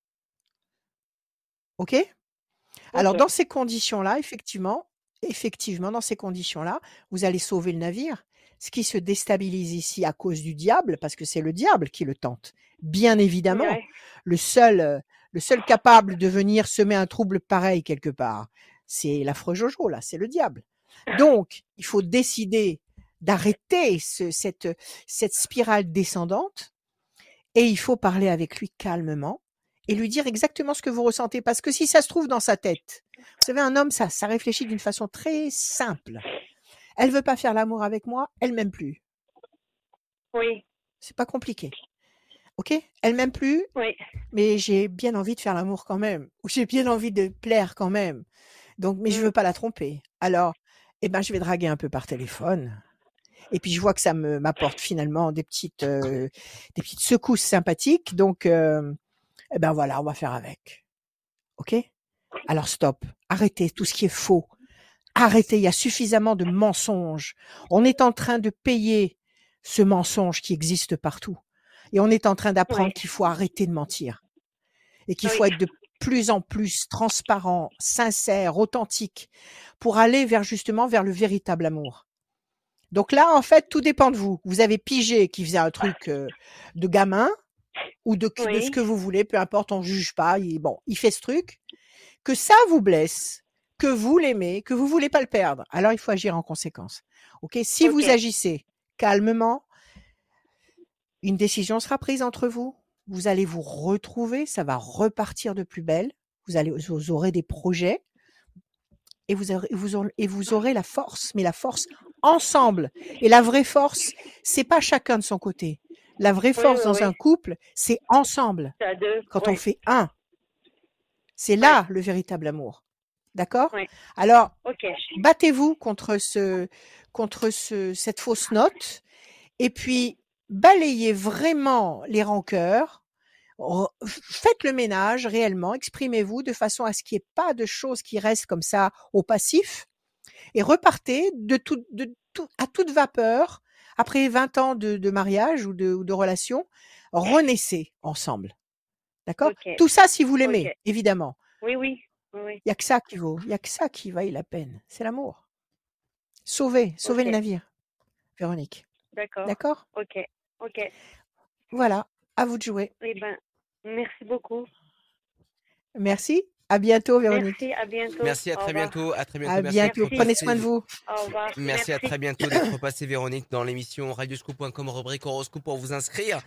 OK? Alors Ok. dans ces conditions-là, effectivement, dans ces conditions-là, vous allez sauver le navire. Ce qui se déstabilise ici à cause du diable, parce que c'est le diable qui le tente. Bien évidemment, Ouais. le seul capable de venir semer un trouble pareil quelque part, c'est l'affreux Jojo là, c'est le diable. Donc, il faut décider d'arrêter cette spirale descendante et il faut parler avec lui calmement et lui dire exactement ce que vous ressentez. Parce que si ça se trouve dans sa tête, vous savez, un homme, ça réfléchit d'une façon très simple. Elle veut pas faire l'amour avec moi, elle m'aime plus. Oui, C'est pas compliqué. Ok? Elle m'aime plus, oui. mais j'ai bien envie de faire l'amour quand même. Ou j'ai bien envie de plaire quand même. Donc, mais je veux pas la tromper. Alors, je vais draguer un peu par téléphone. Et puis je vois que ça m'apporte finalement des petites secousses sympathiques. Donc, voilà, on va faire avec. Ok? Alors stop. Arrêtez tout ce qui est faux. Arrêtez. Il y a suffisamment de mensonges. On est en train de payer ce mensonge qui existe partout. Et on est en train d'apprendre qu'il faut arrêter de mentir. Et qu'il faut être de plus en plus transparent, sincère, authentique pour aller vers le véritable amour. Donc là, en fait, tout dépend de vous. Vous avez pigé qui faisait un truc de gamin ou de ce que vous voulez, peu importe, on juge pas. Il fait ce truc. Que ça vous blesse, que vous l'aimez, que vous voulez pas le perdre. Alors, il faut agir en conséquence. Ok? Si vous agissez calmement, une décision sera prise entre vous. Vous allez vous retrouver, ça va repartir de plus belle. Vous aurez des projets et vous aurez la force, mais la force ensemble. Et la vraie force, c'est pas chacun de son côté. La vraie force dans un couple, c'est ensemble. Quand on fait un, c'est là le véritable amour. D'accord? Alors, battez-vous contre cette fausse note et puis balayez vraiment les rancœurs. Faites le ménage réellement, exprimez-vous de façon à ce qu'il n'y ait pas de choses qui restent comme ça au passif et repartez à toute vapeur après 20 ans de mariage ou de relation, renaissez ensemble. D'accord? Tout ça si vous l'aimez, évidemment. Oui. Il y a que ça qui vaut, il y a que ça qui vaille la peine, c'est l'amour. Sauvez le navire, Véronique. D'accord? Ok. Voilà, à vous de jouer. Merci beaucoup. Merci. À bientôt, Véronique. Merci, à bientôt. Merci, à très bientôt. À très bientôt. À bientôt. Prenez soin de vous. Au revoir. Merci, à très bientôt d'être passé, Véronique, dans l'émission radioscoop.com, rubrique horoscope pour vous inscrire.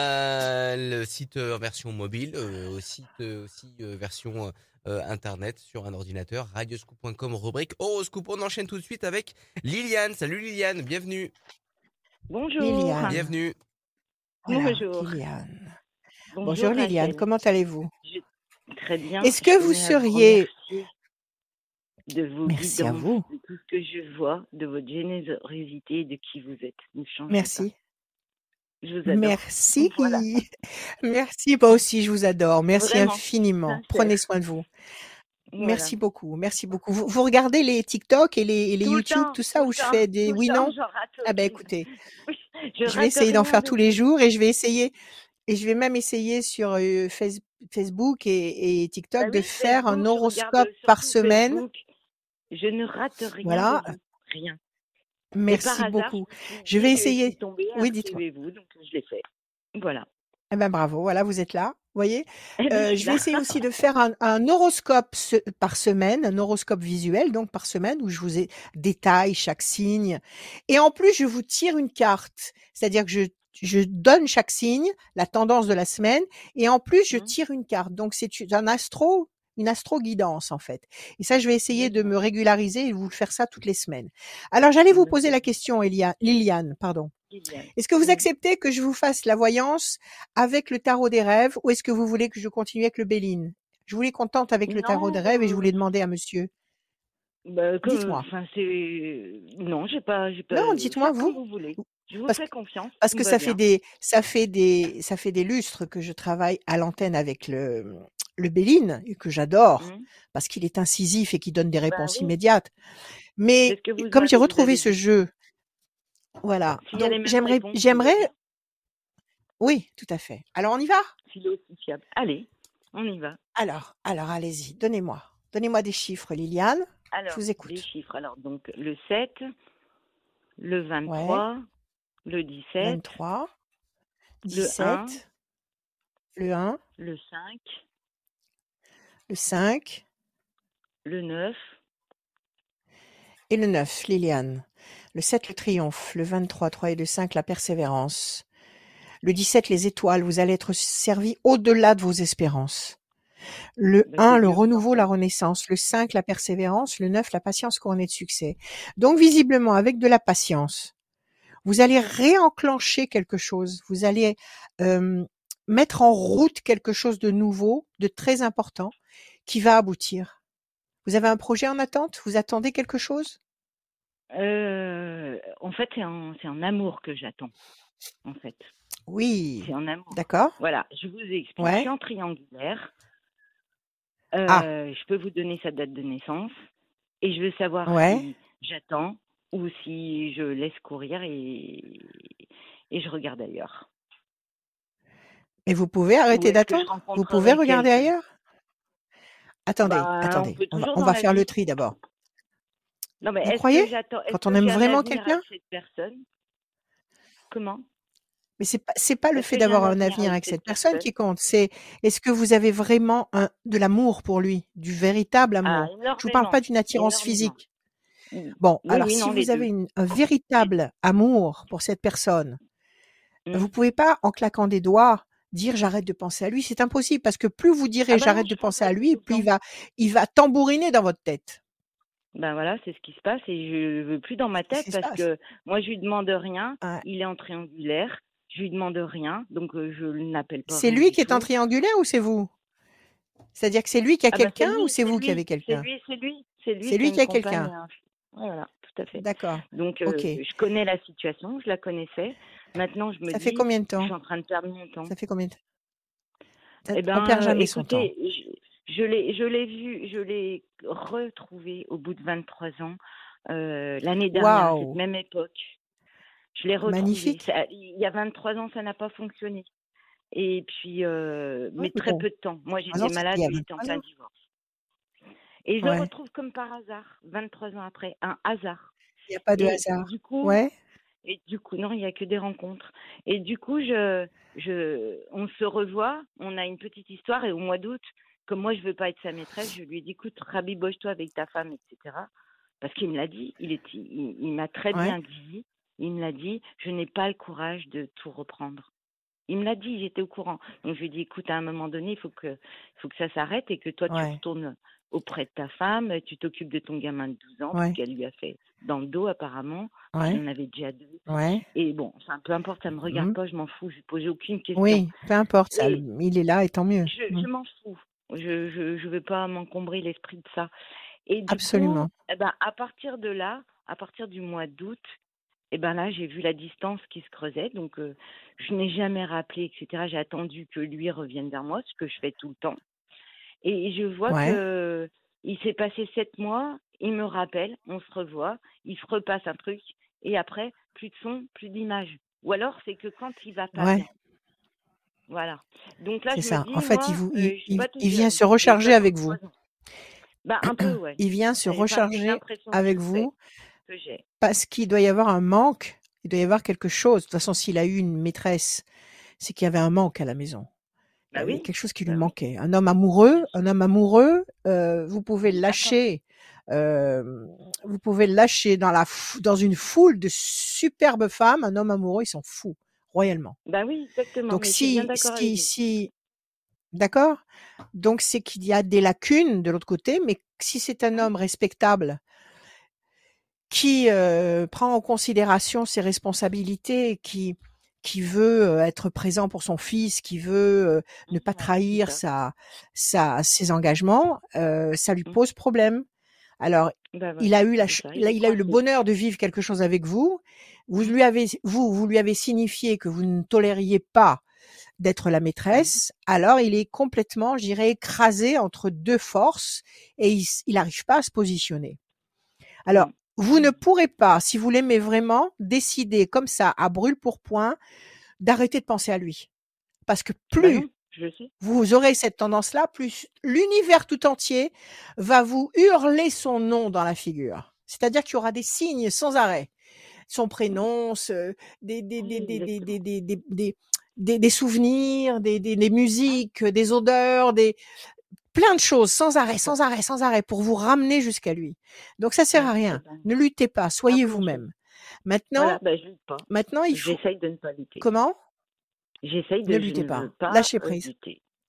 Le site version mobile, aussi version internet sur un ordinateur, radioscoop.com, rubrique horoscope. On enchaîne tout de suite avec Liliane. Salut Liliane, bienvenue. Bonjour. Liliane. Bienvenue. Voilà, Bonjour. Liliane. Bonjour Liliane, Rachel. comment allez-vous? Très bien. Est-ce que vous seriez... de vos Merci à guidances, vous. de tout ce que je vois, de votre générosité, de qui vous êtes. Ne changez Merci. pas. Je vous adore. Merci. Voilà. Merci, moi aussi, je vous adore. Merci Vraiment, infiniment. sincère. Prenez soin de vous. Voilà. Merci beaucoup. Vous regardez les TikTok et les Tout le YouTube, temps, tout ça, tout où le je temps, fais des tout le oui, temps, non? j'en rate Ah ben aucune. écoutez, Je je vais rate essayer d'en rien faire de tous les vous. jours et je vais même essayer sur Facebook et TikTok de Oui, faire un Facebook, je horoscope regarde par surtout semaine. Facebook. Je ne rate rien Voilà. de vous. Rien. Et Merci par hasard, beaucoup. je me suis Je dit vais que je essayer. suis tombée, Oui, dites-moi. inscrivez-vous, donc je l'ai fait. Voilà. Eh ben bravo, voilà, vous êtes là, vous voyez. Eh ben, je suis Je vais là. essayer aussi de faire un horoscope par semaine, un horoscope visuel donc par semaine où je vous détaille chaque signe. Et en plus, je vous tire une carte, c'est-à-dire que je donne chaque signe, la tendance de la semaine, et en plus je tire une carte. Donc c'est une astro-guidance en fait. Et ça, je vais essayer de me régulariser et de vous faire ça toutes les semaines. Alors j'allais vous poser la question, Liliane, pardon. Est-ce que vous acceptez que je vous fasse la voyance avec le tarot des rêves ou est-ce que vous voulez que je continue avec le Béline? Je voulais qu'on tente avec le tarot des rêves et je voulais demander à monsieur. Dites-moi. Enfin, non, j'ai pas. Non, dites-moi vous. Vous voulez. Je vous Parce fais confiance. Parce que ça fait des lustres que je travaille à l'antenne avec le Béline et que j'adore parce qu'il est incisif et qu'il donne des réponses immédiates. Mais comme j'ai retrouvé ce jeu, voilà. Donc j'aimerais. Oui, tout à fait. Alors on y va? Philosophiable. Allez, on y va. Alors, allez-y. Donnez-moi des chiffres, Liliane. Alors, je vous écoute. Des chiffres. Alors donc le 7, le 23, le 17, 23, 17, le 1, le 5, le 5, le 9 et le 9, Liliane. Le 7, le triomphe. Le 23, 3 et le 5, la persévérance. Le 17, les étoiles. Vous allez être servi au-delà de vos espérances. Le Bah, 1, c'est le dur renouveau, quand la même. renaissance. Le 5, la persévérance. Le 9, la patience couronnée de succès. Donc, visiblement, avec de la patience, vous allez réenclencher quelque chose. Vous allez mettre en route quelque chose de nouveau, de très important, qui va aboutir. Vous avez un projet en attente? Vous attendez quelque chose? En fait, c'est un amour que j'attends, en fait. Oui. C'est un amour. D'accord. Voilà, je vous explique. Je Ouais. suis en triangulaire. Ah. Je peux vous donner sa date de naissance et je veux savoir Ouais. si j'attends ou si je laisse courir et je regarde ailleurs. Mais vous pouvez Ou arrêter est-ce que je d'attendre? Vous pouvez rencontrerai regarder quelqu'un? ailleurs? Attendez, On attendez. peut toujours On dans va la faire le vie. tri d'abord. Non, mais Vous est-ce croyez? que j'attends? Est-ce Quand on que aime j'ai un vraiment avenir quelqu'un? avec cette personne? Comment? Mais c'est pas le Est-ce fait que j'ai un d'avoir un avenir avenir avec avec cette cette personne qui personne? compte. C'est est-ce que vous avez vraiment de l'amour pour lui, du véritable Ah, amour? Je vous parle énormément. pas d'une attirance Énormément. physique. Bon, Oui, alors oui, si non, les vous avez deux. un Les deux. véritable amour pour cette personne, Hmm. vous pouvez pas, en claquant des doigts, dire j'arrête de penser à lui. C'est impossible parce que plus vous direz Ah bah non, j'arrête de je pense penser à à lui lui, tout le plus temps. il va tambouriner dans votre tête. Ben voilà, c'est ce qui se passe et je veux plus dans ma C'est ce tête qui se parce passe. que moi je lui demande rien, Ouais. il est en triangulaire, je lui demande rien, donc je n'appelle pas C'est rien lui du qui est en tout. triangulaire ou c'est vous? C'est-à-dire que c'est lui qui a Ah bah c'est quelqu'un ou lui, c'est vous qui avez c'est quelqu'un? lui, C'est qui a lui une qui a compagne. quelqu'un. Voilà, tout à fait. D'accord. Donc Ok. je connais la situation, je la connaissais. Maintenant je me Ça fait dis, combien de je temps? suis en train de perdre mon temps. Ça fait combien de temps? Eh On perd ben jamais son temps. écoutez, je l'ai vu, je l'ai retrouvé au bout de 23 ans l'année dernière à cette Waouh! même époque. Je l'ai retrouvé. Magnifique. Il y a 23 ans, ça n'a pas fonctionné. Et puis, Ouais, mais mais très bon, peu de temps. Moi, 23 ans, j'étais c'était il malade, y a lui était en 23 plein ans. divorce. Et je le Ouais. retrouve comme par hasard, 23 ans après, un hasard. Il n'y a pas de Et hasard. du coup, Ouais. non, il n'y a que des rencontres. Et du coup, on se revoit, on a une petite histoire, et au mois d'août, comme moi, je veux pas être sa maîtresse, je lui ai dit, écoute, rabiboche-toi avec ta femme, etc. Parce qu'il me l'a dit, il m'a très Ouais. bien dit, il me l'a dit, je n'ai pas le courage de tout reprendre. Il me l'a dit, j'étais au courant. Donc je lui ai dit, écoute, à un moment donné, il faut que ça s'arrête et que toi, tu Ouais. retournes auprès de ta femme, tu t'occupes de ton gamin de 12 ans, parce Ouais. qu'elle lui a fait dans le dos apparemment, Ouais. qu'il en avait déjà 2. Ouais. Et bon, enfin, peu importe, ça me regarde Mhm. pas, je m'en fous, je ne posais aucune question. Oui, peu importe ça. Et Il est là et tant mieux. je m'en fous. Je veux pas m'encombrer l'esprit de ça. Et du Absolument. coup, eh ben, à partir de là, à partir du mois d'août, et ben là, j'ai vu la distance qui se creusait, donc je n'ai jamais rappelé, etc. J'ai attendu que lui revienne vers moi, ce que je fais tout le temps. Et je vois Ouais. que il s'est passé 7 mois, il me rappelle, on se revoit, il se repasse un truc, et après, plus de son, plus d'image. Ou alors, c'est que quand il va pas Ouais. bien. Voilà. Donc là, C'est je me ça. dis, En fait, moi, je suis pas toute il vient jeune, se j'ai recharger avec vous. 63 ans. Bah, un peu, ouais. Il vient se Enfin, c'est recharger l'impression avec que vous j'ai. parce qu'il doit y avoir un manque. Il doit y avoir quelque chose. De toute façon, s'il a eu une maîtresse, c'est qu'il y avait un manque à la maison. Il y Bah avait oui, quelque chose qui lui bah oui, manquait. Un homme bien amoureux, sûr. vous pouvez le Il attend. lâcher, dans une foule de superbes femmes. Un homme amoureux, il s'en fout royalement. Bah oui, exactement, Donc mais je suis bien d'accord avec vous. d'accord? Donc c'est qu'il y a des lacunes de l'autre côté, mais si c'est un homme respectable qui prend en considération ses responsabilités, qui veut être présent pour son fils, qui veut ne pas Voilà, c'est trahir ça. ses engagements, ça lui Mmh. pose problème. Alors, Bah il voilà, a eu c'est ça, il est il a eu le coincé. bonheur de vivre quelque chose avec vous. Vous lui avez signifié que vous ne tolériez pas d'être la Bah oui. maîtresse. Alors, il est complètement, je dirais, écrasé entre deux forces et il n'arrive pas à se positionner. Alors, Mmh. vous ne pourrez pas, si vous l'aimez vraiment, décider comme ça, à brûle-pourpoint, d'arrêter de penser à lui. Parce que Bah plus non, je le sais. vous aurez cette tendance-là, plus l'univers tout entier va vous hurler son nom dans la figure. C'est-à-dire qu'il y aura des signes sans arrêt. Son prénom, des, des, des, Oui, des, des, exactement. des souvenirs, des musiques, des odeurs, plein de choses, sans arrêt, pour vous ramener jusqu'à lui. Donc ça sert à Ouais, eh rien. ben, Ne luttez pas, pas soyez grand-chose. vous-même. Voilà, Maintenant, bah je lutte pas. il faut J'essaye de ne pas lutter. comment? J'essaye Ne je luttez ne veux pas. pas Lâchez prise. lutter.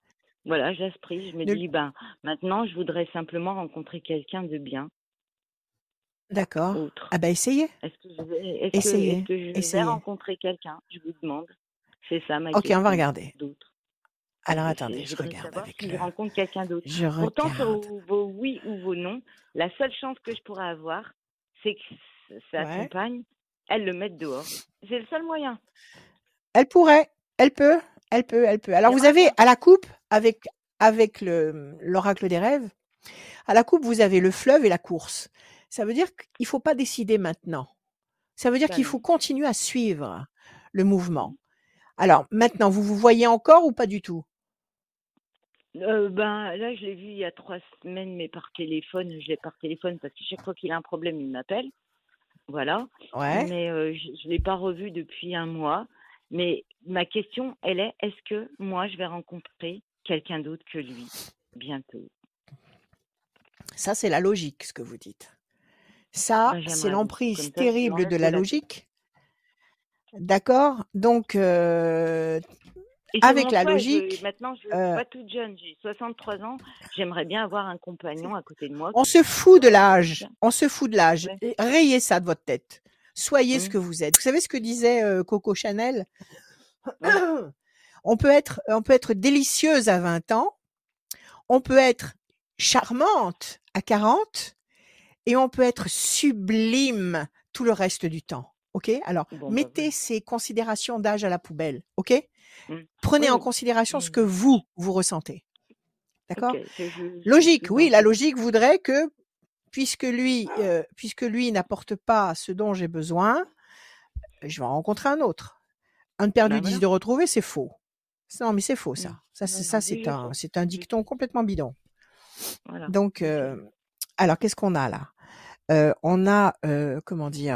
Voilà, j'ai ce prix. Je me Ne- dis, ben, maintenant, je voudrais simplement rencontrer quelqu'un de bien, D'accord. autre. Ah bah essayez, Est-ce que je vais essayez. rencontrer quelqu'un? Je vous demande. C'est ça ma Ok, on va question. regarder. D'autre. Alors attendez, Je je voudrais regarde savoir avec si je le. rencontre quelqu'un d'autre. Je Pourtant, sur regarde. vos oui ou vos non, la seule chance que je pourrais avoir, c'est que sa Ouais. compagne, elle le mette dehors. C'est le seul moyen. Elle pourrait, elle peut. Alors vous J'aimerais avez bien. à la coupe avec l'oracle des rêves. À la coupe, vous avez le fleuve et la course. Ça veut dire qu'il faut pas décider maintenant. Ça veut dire Ben qu'il faut non. continuer à suivre le mouvement. Mhm. Alors maintenant, vous vous voyez encore ou pas du tout? Ben là, je l'ai vu il y a 3 semaines, mais par téléphone. Je l'ai par téléphone parce que chaque fois qu'il a un problème, il m'appelle. Voilà. Ouais. Mais je l'ai pas revu depuis un mois. Mais ma question, elle est, est-ce que moi, je vais rencontrer quelqu'un d'autre que lui bientôt? Ça, c'est la logique, ce que vous dites. Ça, Ben, c'est j'aimerais, oui. l'emprise Comme ça, je terrible de l'enlève de la la tête. logique. D'accord? Donc, Et c'est avec mon la souhait. logique, Maintenant, je ne suis pas toute jeune. J'ai 63 ans. J'aimerais bien avoir un compagnon à côté de moi on qui se fout de soit l'âge. bien. On se fout de l'âge. Ouais. Et rayez ça de votre tête. Soyez ce Hum, que vous êtes. Vous savez ce que disait Coco Chanel? ouais. On peut être délicieuse à 20 ans. On peut être charmante à 40. Et on peut être sublime tout le reste du temps. OK? Alors, Bon, ben mettez voilà. ces considérations d'âge à la poubelle. OK? Hum. Prenez Oui, en oui. considération ce que Hum. vous ressentez. D'accord? Ok, je Logique, suis oui, dans la cette. logique voudrait que, puisque lui n'apporte pas ce dont j'ai besoin, je vais en rencontrer un autre. Un de perdu, Ben 10 voilà. de retrouvé, c'est faux. Non, mais c'est faux, Hum. ça. Ça, Non, c'est, ça, non, oui, je sais. c'est un Je dicton sais. complètement bidon. Voilà. Donc, Ok. alors, qu'est-ce qu'on a là? On a, comment dire,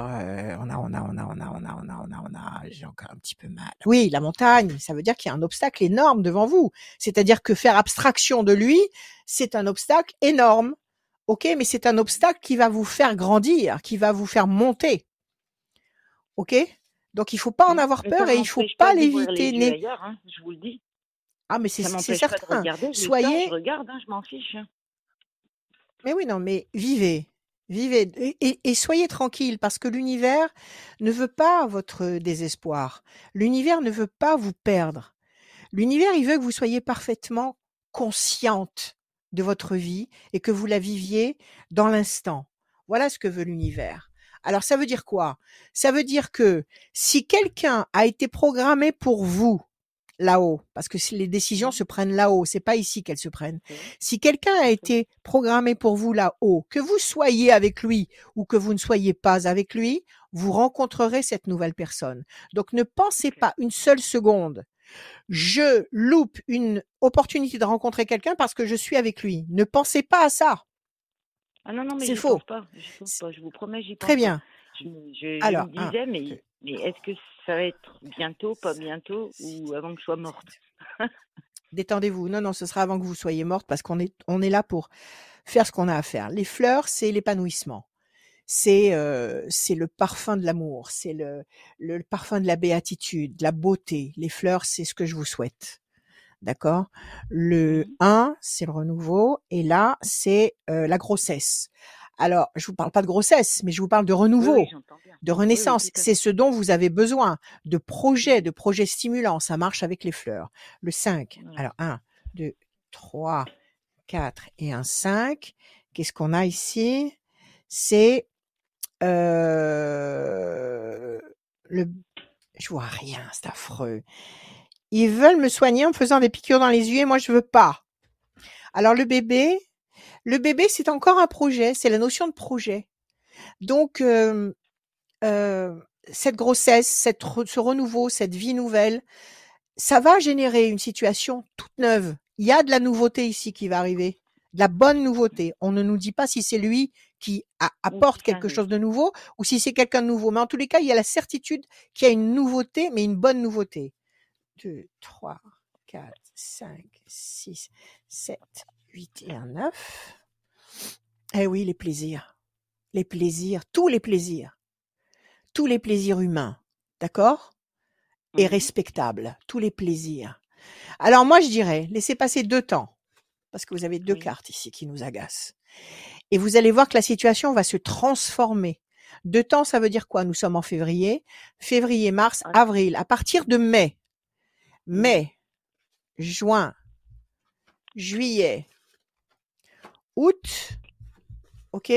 j'ai encore un petit peu mal. Oui, la montagne, ça veut dire qu'il y a un obstacle énorme devant vous. C'est-à-dire que faire abstraction de lui, c'est un obstacle énorme. OK, mais c'est un obstacle qui va vous faire grandir, qui va vous faire monter. OK? Donc il faut pas en avoir Mais ça peur ne et il faut m'empêche pas pas d'ouvrir les l'éviter. yeux ailleurs, hein, je vous le dis. Ah, mais Ça c'est m'empêche pas de certain. regarder. J'ai le temps, je Soyez, regarde, hein, je m'en fiche. Hein. mais oui, non, mais vivez. Vivez et soyez tranquille parce que l'univers ne veut pas votre désespoir. L'univers ne veut pas vous perdre. L'univers, il veut que vous soyez parfaitement consciente de votre vie et que vous la viviez dans l'instant. Voilà ce que veut l'univers. Alors ça veut dire quoi? Ça veut dire que si quelqu'un a été programmé pour vous là-haut, parce que si les décisions se prennent là-haut, c'est pas ici qu'elles se prennent. Si quelqu'un a été programmé pour vous là-haut, que vous soyez avec lui ou que vous ne soyez pas avec lui, vous rencontrerez cette nouvelle personne. Donc ne pensez pas une seule seconde, je loupe une opportunité de rencontrer quelqu'un parce que je suis avec lui. Ne pensez pas à ça. Ah non, non, mais C'est j'y faux. pense pas. J'y pense pas. Je vous promets, j'y pense Très pas. bien. Je Alors, me disais, mais est-ce que ça va être bientôt, pas bientôt, ou avant que je sois morte? détendez-vous. Non, ce sera avant que vous soyez morte parce qu'on est là pour faire ce qu'on a à faire. Les fleurs, c'est l'épanouissement. C'est le parfum de l'amour. C'est le parfum de la béatitude, de la beauté. Les fleurs, c'est ce que je vous souhaite. D'accord? Le 1, c'est le renouveau et là, c'est la grossesse. Alors, je vous parle pas de grossesse, mais je vous parle de renouveau, Oui, j'entends bien. de renaissance. Oui, tout à C'est fait. ce dont vous avez besoin, de projets stimulants. Ça marche avec les fleurs. Le 5. Ouais. Alors, 1, 2, 3, 4 et un 5. Qu'est-ce qu'on a ici? C'est je vois rien, c'est affreux. Ils veulent me soigner en me faisant des piqûres dans les yeux et moi je veux pas. Alors le bébé, c'est encore un projet, c'est la notion de projet. Donc cette grossesse, ce renouveau, cette vie nouvelle, ça va générer une situation toute neuve. Il y a de la nouveauté ici qui va arriver, de la bonne nouveauté. On ne nous dit pas si c'est lui qui apporte quelque chose de nouveau ou si c'est quelqu'un de nouveau. Mais en tous les cas, il y a la certitude qu'il y a une nouveauté, mais une bonne nouveauté. 2, 3, 4, 5, 6, 7, 8 et un 9. Eh oui, les plaisirs, tous les plaisirs humains, d'accord? Et respectables, tous les plaisirs. Alors moi, je dirais, laissez passer 2 temps, parce que vous avez 2 Oui. cartes ici qui nous agacent. Et vous allez voir que la situation va se transformer. 2 temps, ça veut dire quoi? Nous sommes en février, mars, Ah, avril. À partir de mai, oui. mai, juin, juillet, août, OK?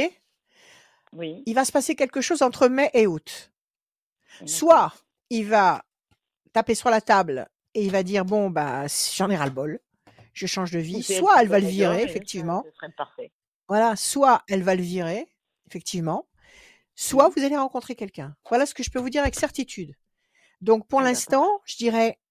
Oui. Il va se passer quelque chose entre mai et août. D'accord. Soit il va taper sur la table et il va dire bon bah j'en ai ras le bol, je change de Ou vie. c'est elle Soit qui elle va doit le aller virer dehors et ça effectivement. serait parfait. Voilà, soit elle va le virer effectivement, soit Oui. vous allez rencontrer quelqu'un. Voilà ce que je peux vous dire avec certitude. Donc pour Ah d'accord. l'instant, je dirais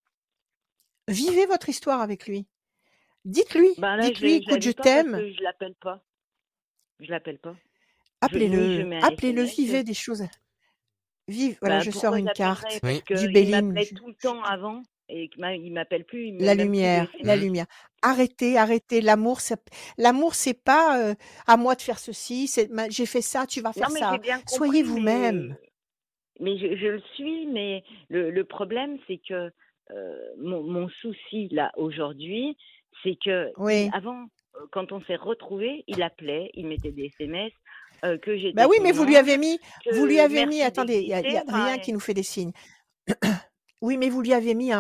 vivez votre histoire avec lui. Dites-lui, Ben là, je dites-lui la écoute je vis pas parce t'aime. que je l'appelle pas. Je l'appelle pas. Oui, je Appelez-le, mets un appelez-le, SMS. vivez des choses. Vive. Voilà, Bah, je sors pourquoi une j'appellerais? carte Parce Oui. du qu'il Béline. m'appelait tout le temps avant et il m'appelle plus, il me La met même plus de lumière, la SMS. Mhm. lumière. Arrêtez. L'amour, c'est pas à moi de faire ceci. J'ai fait ça, tu vas Non, faire mais j'ai ça. bien Soyez compris, vous-même. mais je le suis, mais le problème, c'est que mon souci, là, aujourd'hui, c'est que Oui. avant, quand on s'est retrouvés, il appelait, il mettait des SMS, que Bah j'étais oui, mais son ange, vous lui avez mis, merci attendez, il y d'exister. a rien qui nous fait des signes. Oui, mais vous lui avez mis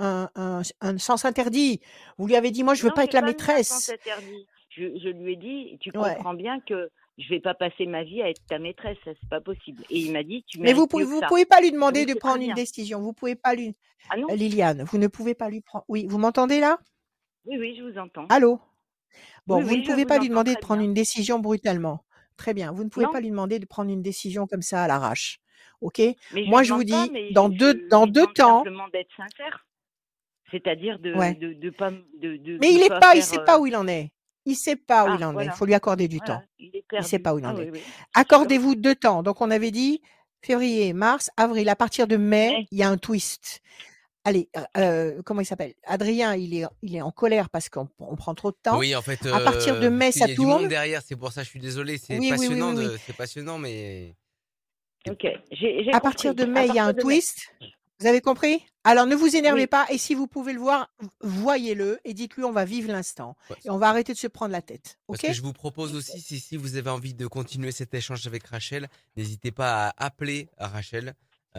un sens interdit. Vous lui avez dit, moi, je veux Non, pas j'ai être la pas mis un sens maîtresse. interdit. Je lui ai dit, tu Ouais. comprends bien que je vais pas passer ma vie à être ta maîtresse, ça c'est pas possible. Et il m'a dit, tu Mais mérites mieux que vous ça. pouvez pas lui demander Donc de c'est très prendre une bien. décision. Vous pouvez pas lui, Ah non? Liliane, vous ne pouvez pas lui prendre. Oui, vous m'entendez là? Oui, je vous entends. Allô? Bon, vous ne Oui, je pouvez vous pas lui entends demander de très prendre bien. une décision brutalement. Très bien. Vous ne pouvez Non, pas lui demander de prendre une décision comme ça à l'arrache. OK? mais je Moi, lui je vous demande pas, dis, mais dans je deux lui demande temps, simplement d'être sincère. C'est-à-dire ouais. de pas Mais de pas il faire sait pas où il en est. Il sait pas où il en est. Il voilà. faut lui accorder du temps. Voilà, il est Il sait perdu. pas où il Ah en est. oui. Accordez-vous 2 temps. Donc, on avait dit février, mars, avril. À partir de mai, Mais il y a un twist. Allez, comment il s'appelle? Adrien, il est en colère parce qu'on prend trop de temps. Oui, en fait, À partir de parce mai, qu'il y ça a du monde tourne. derrière, c'est pour ça, je suis désolé, c'est Oui. passionnant, mais ok, j'ai À partir compris. de À mai, il y a un partir de mai. twist. Vous avez compris? Alors ne vous énervez Oui. pas et si vous pouvez le voir, voyez-le et dites-lui on va vivre l'instant ouais, et on va arrêter de se prendre la tête. parce OK? que je vous propose aussi, si vous avez envie de continuer cet échange avec Rachel, n'hésitez pas à appeler Rachel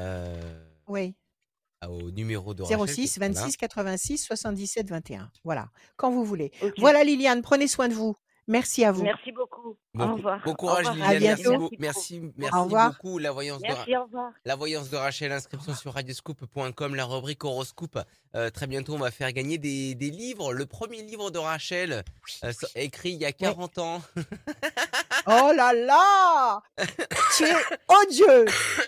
Oui. au numéro de Rachel. 06 Voilà. 26 86 77 21. Voilà. Quand vous voulez. Ok. Voilà Liliane, prenez soin de vous. Merci à vous. Merci beaucoup. Bon, Au revoir. bon courage, Au revoir, À Liliane. Rachel. bientôt. Merci Au revoir. Beaucoup. La voyance Merci, au revoir. de Rachel, inscription sur radioscoop.com, la rubrique horoscope. Très bientôt, on va faire gagner des livres. Le premier livre de Rachel, écrit il y a 40 ans. Oh là là! Tu es odieux!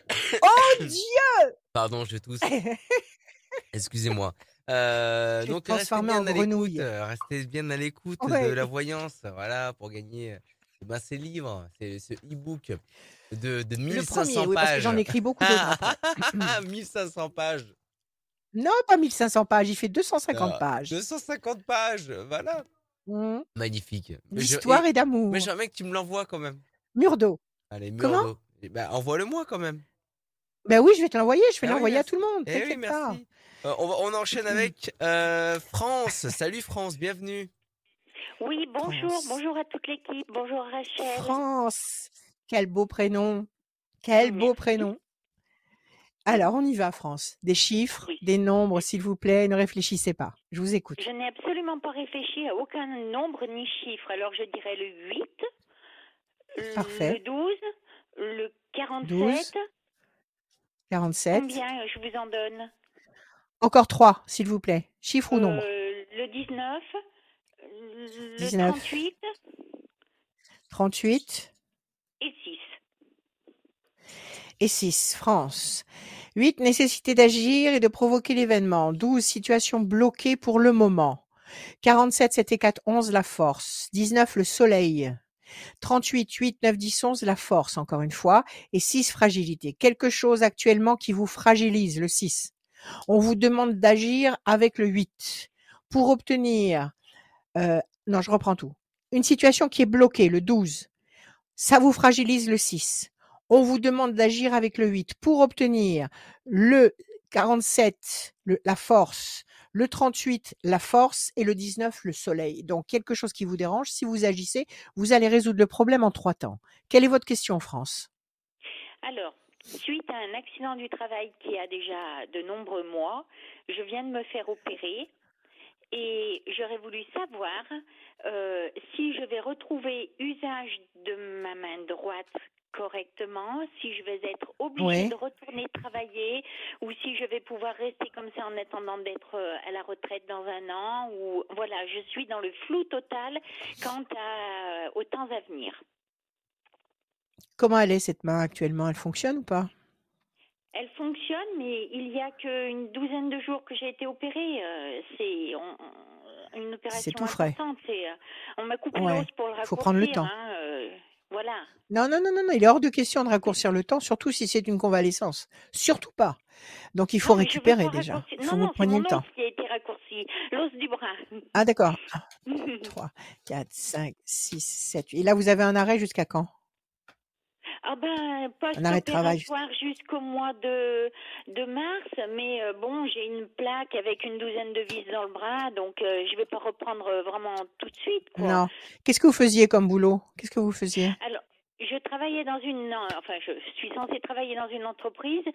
Odieux! Pardon, je tousse. Excusez-moi. Tu es Donc transformé en grenouille. restez bien à l'écoute Ouais. de la voyance, voilà, pour gagner ces livres, ce e-book de Le 1500 premier, oui, pages. parce que j'en écris beaucoup d'autres après. 1500 pages. Non, pas 1500 pages, il fait 250 Ah, pages. 250 pages, voilà. Mmh. Magnifique. D'histoire et d'amour. Mais j'aimerais que tu me l'envoies quand même. Mur d'eau. Allez, Comment? Murdo. Envoie-le-moi quand même. Ben oui, je vais te l'envoyer, je vais Ah oui, l'envoyer à merci. tout le monde, Eh oui, t'inquiète pas. merci. On enchaîne avec France. Salut France, bienvenue. Oui, bonjour, France. bonjour à toute l'équipe, bonjour Rachel. France. Quel beau prénom. Quel beau Merci. prénom. Alors, on y va, France. Des chiffres, Oui. des nombres, s'il vous plaît, ne réfléchissez pas. Je vous écoute. Je n'ai absolument pas réfléchi à aucun nombre ni chiffre. Alors je dirais le 8, Parfait. le 12, le 47. 12. 47. Combien je vous en donne? Encore 3, s'il vous plaît. Chiffre ou nombre? Le 19, le 19. 38 38. et 6. Et 6, France. 8, nécessité d'agir et de provoquer l'événement. 12, situation bloquée pour le moment. 47, 7 et 4, 11, la force. 19, le soleil. 38, 8, 9, 10, 11, la force, encore une fois. Et 6, fragilité. Quelque chose actuellement qui vous fragilise, le 6. On vous demande d'agir avec le 8 pour obtenir... non, je reprends tout. Une situation qui est bloquée, le 12. Ça vous fragilise, le 6. On vous demande d'agir avec le 8 pour obtenir le 47, la force, le 38, la force et le 19, le soleil. Donc quelque chose qui vous dérange, si vous agissez, vous allez résoudre le problème en 3 temps. Quelle est votre question, France? Alors, suite à un accident du travail qui a déjà de nombreux mois, je viens de me faire opérer et j'aurais voulu savoir si je vais retrouver usage de ma main droite correctement, si je vais être obligée Ouais. de retourner travailler ou si je vais pouvoir rester comme ça en attendant d'être à la retraite dans un an ou voilà, je suis dans le flou total quant aux temps à venir. Comment elle est cette main actuellement? Elle fonctionne ou pas? Elle fonctionne, mais il y a qu'une douzaine de jours que j'ai été opérée. C'est une C'est opération tout frais. importante. On m'a coupé Ouais. l'os pour le Il faut prendre le raccourcir. temps. Voilà. Non, non, non, non, non, il est hors de question de raccourcir le temps, surtout si c'est une convalescence. Surtout pas. Donc il faut Non, mais je veux récupérer pas déjà. raccourcir. Il faut Non, que vous non, c'est preniez mon le os temps. qui a été raccourci. L'os du bras. Ah d'accord. 3, 4, 5, 6, 7, 8. Et là, vous avez un arrêt jusqu'à quand? Ah ben, Un arrêt de travail. post-opératoire jusqu'au mois de mars, mais bon, j'ai une plaque avec une douzaine de vis dans le bras, donc je vais pas reprendre vraiment tout de suite, quoi. Non. Qu'est-ce que vous faisiez comme boulot? Qu'est-ce que vous faisiez? Alors, je travaillais je suis censée travailler dans une entreprise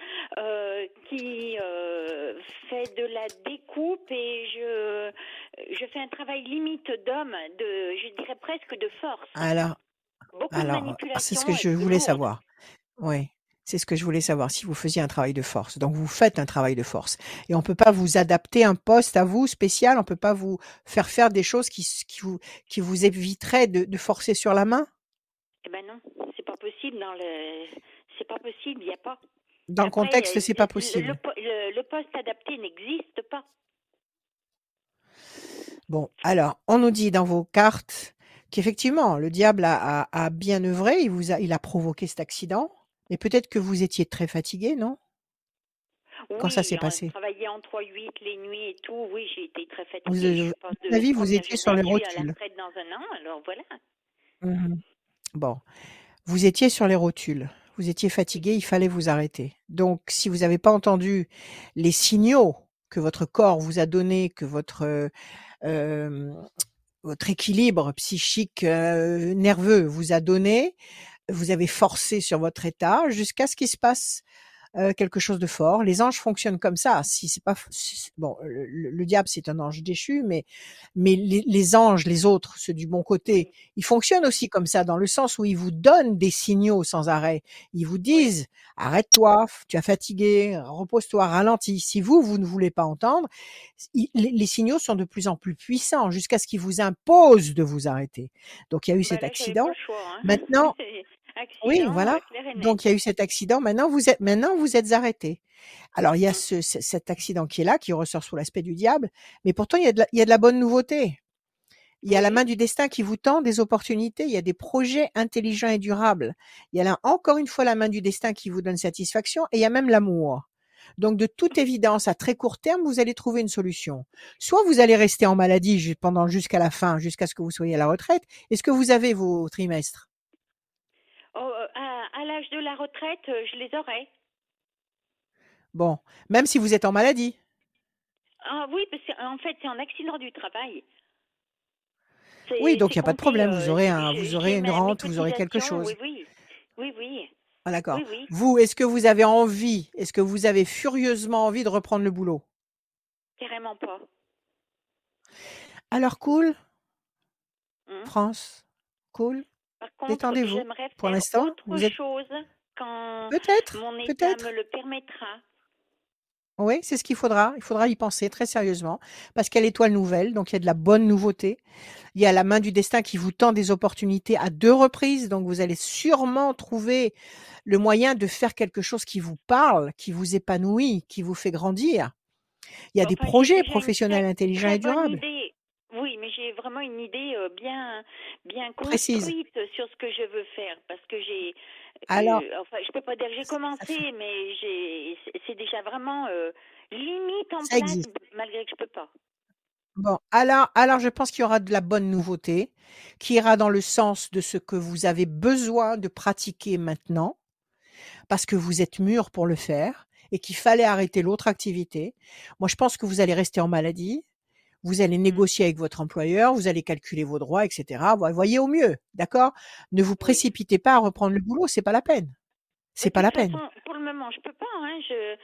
qui fait de la découpe et je fais un travail limite d'homme, je dirais presque de force. Beaucoup de Alors, c'est ce que manipulation je voulais lourde. savoir. Oui, c'est ce que je voulais savoir, si vous faisiez un travail de force. Donc vous faites un travail de force. Et on peut pas vous adapter un poste à vous spécial, on peut pas vous faire des choses qui vous éviteraient de forcer sur la main? Eh ben non, c'est pas possible c'est pas possible, il n'y a pas. Dans le Après, contexte, c'est pas possible. le poste adapté n'existe pas. Bon, alors, on nous dit dans vos cartes qu'effectivement, le diable a bien œuvré, il a provoqué cet accident, mais peut-être que vous étiez très fatigué, non? Quand ça Oui, s'est passé? travailler en 3-8 les nuits et tout, oui, j'ai été très Vous, fatiguée. Je pense à de mon avis, vous première étiez sur les génération, je suis à la rotules. retraite dans un an, alors voilà. Mhm. Bon, vous étiez sur les rotules. Vous étiez fatigué, il fallait vous arrêter. Donc, si vous n'avez pas entendu les signaux que votre corps vous a donnés, que votre équilibre psychique, nerveux vous a donné, vous avez forcé sur votre état jusqu'à ce qu'il se passe quelque chose de fort. Les anges fonctionnent comme ça. Si c'est pas bon, le diable c'est un ange déchu, mais les anges, les autres, ceux du bon côté, ils fonctionnent aussi comme ça, dans le sens où ils vous donnent des signaux sans arrêt. Ils vous disent arrête-toi, tu es fatigué, repose-toi, ralentis. Si vous ne voulez pas entendre, les signaux sont de plus en plus puissants jusqu'à ce qu'ils vous imposent de vous arrêter. Donc il y a eu cet Là, j'avais pas accident. le choix. Hein. Maintenant, oui, Accident, voilà. clair et net. Donc il y a eu cet accident. Maintenant vous êtes arrêté. Alors il y a cet accident qui est là, qui ressort sous l'aspect du diable, mais pourtant il y a de la bonne nouveauté. Il y a la main du destin qui vous tend des opportunités. Il y a des projets intelligents et durables. Il y a là encore une fois la main du destin qui vous donne satisfaction, et il y a même l'amour. Donc de toute évidence, à très court terme, vous allez trouver une solution. Soit vous allez rester en maladie jusqu'à la fin, jusqu'à ce que vous soyez à la retraite. Est-ce que vous avez vos trimestres? À l'âge de la retraite, je les aurai. Bon, même si vous êtes en maladie. Ah oui, parce qu'en fait, c'est un accident du travail. Oui, donc il n'y a pas de compté, problème. Vous aurez j'ai une rente, vous aurez quelque cotisations, chose. Oui. Ah, d'accord. Oui. Vous, est-ce que vous avez furieusement envie de reprendre le boulot? Carrément pas. Alors cool, France, cool. Par contre, Détendez-vous. j'aimerais Pour faire l'instant, autre chose quand mon état peut-être. me le permettra. Oui, c'est ce qu'il faudra. Il faudra y penser très sérieusement, parce qu'il y a l'étoile nouvelle, donc il y a de la bonne nouveauté. Il y a la main du destin qui vous tend des opportunités à 2 reprises, donc vous allez sûrement trouver le moyen de faire quelque chose qui vous parle, qui vous épanouit, qui vous fait grandir. Il y a des projets professionnels intelligents et durables. Oui, mais j'ai vraiment une idée bien Précise. construite sur ce que je veux faire, parce que Alors, je peux pas dire que j'ai commencé, mais c'est déjà vraiment limite en ça place, existe. malgré que je peux pas. Bon, alors je pense qu'il y aura de la bonne nouveauté, qui ira dans le sens de ce que vous avez besoin de pratiquer maintenant, parce que vous êtes mûr pour le faire, et qu'il fallait arrêter l'autre activité. Moi, je pense que vous allez rester en maladie. Vous allez Mmh. négocier avec votre employeur, vous allez calculer vos droits, etc. Voyez au mieux, d'accord? Ne vous Oui. précipitez pas à reprendre le boulot, c'est pas la peine. De C'est pas toute la peine. façon, pour le moment, je peux pas. Hein.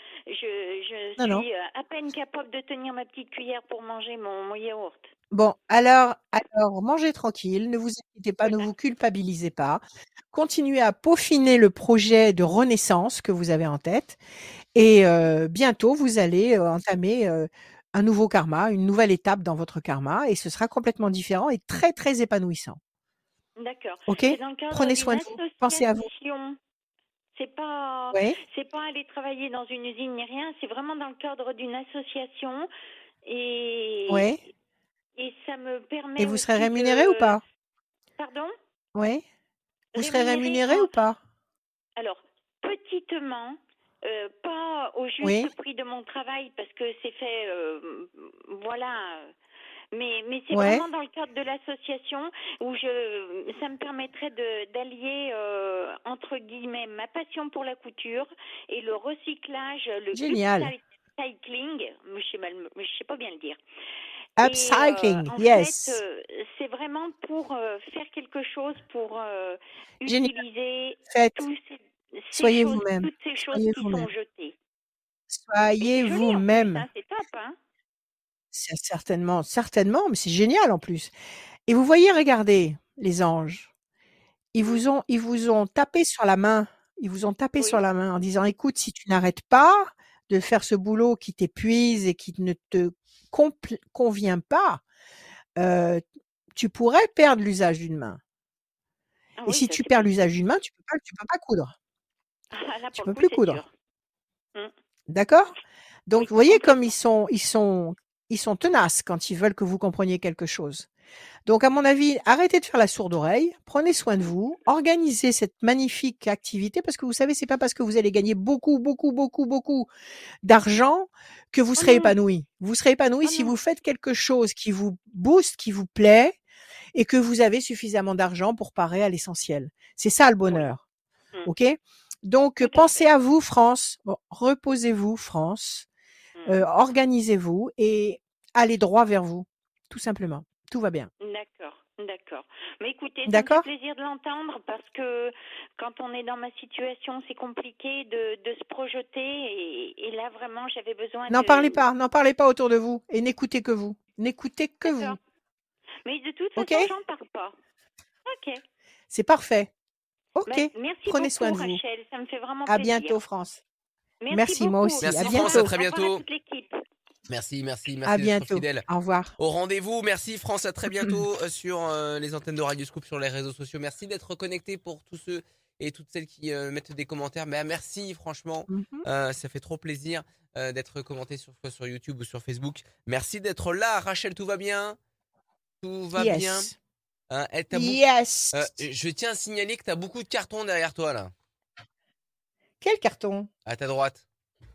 Je Non, non. suis à peine capable de tenir ma petite cuillère pour manger mon yaourt. Bon, alors, mangez tranquille, ne vous inquiétez pas, ne Voilà. vous culpabilisez pas. Continuez à peaufiner le projet de renaissance que vous avez en tête et bientôt vous allez entamer un nouveau karma, une nouvelle étape dans votre karma et ce sera complètement différent et très très épanouissant. D'accord. OK? C'est dans le cadre Prenez d'une soin de vous, pensez à vous. association. C'est pas Oui? aller travailler dans une usine ni rien. C'est vraiment dans le cadre d'une association et Oui? ça me permet Et vous serez aussi rémunéré ou de. pas? Pardon? Oui? Vous serez rémunéré ou pas? Alors, petitement, pas au juste Oui? prix de mon travail parce que c'est fait, voilà. Mais c'est Ouais? vraiment dans le cadre de l'association où ça me permettrait d'allier entre guillemets ma passion pour la couture et le recyclage, le Génial. upcycling, je sais pas bien le dire. Upcycling, En yes. fait, c'est vraiment pour faire quelque chose pour Génial. utiliser Faites. toutes Soyez ces vous-même. choses Soyez qui vous-même. sont jetées. Et Soyez c'est joli en plus, vous-même. hein, c'est top, hein. C'est certainement, mais c'est génial en plus. Et vous voyez, regardez, les anges. Ils vous ont tapé sur la main. Ils vous ont tapé Oui. sur la main en disant, écoute, si tu n'arrêtes pas de faire ce boulot qui t'épuise et qui ne te convient pas, tu pourrais perdre l'usage d'une main. Ah Et oui, si ça, tu c'est perds possible. l'usage d'une main, tu peux pas coudre. Ah, là, Tu pour le peux coup, plus c'est coudre. sûr. Mm. D'accord? Donc, Oui, vous voyez comme complètement. ils sont tenaces quand ils veulent que vous compreniez quelque chose. Donc, à mon avis, arrêtez de faire la sourde oreille, prenez soin de vous, organisez cette magnifique activité parce que vous savez, c'est pas parce que vous allez gagner beaucoup d'argent que vous Oh serez non, épanoui. Vous serez épanoui oh si non. vous faites quelque chose qui vous booste, qui vous plaît et que vous avez suffisamment d'argent pour parer à l'essentiel. C'est ça le bonheur. Mm. OK? Donc, Tout à pensez fait. à vous, France. Bon, reposez-vous, France. Organisez-vous et allez droit vers vous, tout simplement. Tout va bien. D'accord. Mais écoutez, ça me fait D'accord? plaisir de l'entendre parce que quand on est dans ma situation, c'est compliqué de se projeter et là vraiment j'avais besoin N'en parlez pas autour de vous et n'écoutez que vous. N'écoutez que vous. D'accord. Mais de toute OK? façon, j'en parle pas. Ok. C'est parfait. OK. Mais merci Prenez beaucoup, soin de vous. Rachel. Ça me fait vraiment À plaisir. bientôt, France. Merci Merci, moi beaucoup. aussi. Merci, À France, bientôt. à très Au revoir bientôt. à toute l'équipe. Merci À d'être bientôt. fidèle Au revoir. au rendez-vous. Merci France, à très bientôt sur les antennes de Radio Scoop, sur les réseaux sociaux. Merci d'être connecté pour tous ceux et toutes celles qui mettent des commentaires. Mais merci, franchement, ça fait trop plaisir d'être commenté sur YouTube ou sur Facebook. Merci d'être là. Rachel, tout va bien? Tout va bien? Yes. Yes. Je tiens à signaler que tu as beaucoup de cartons derrière toi là. Quel carton? À ta droite.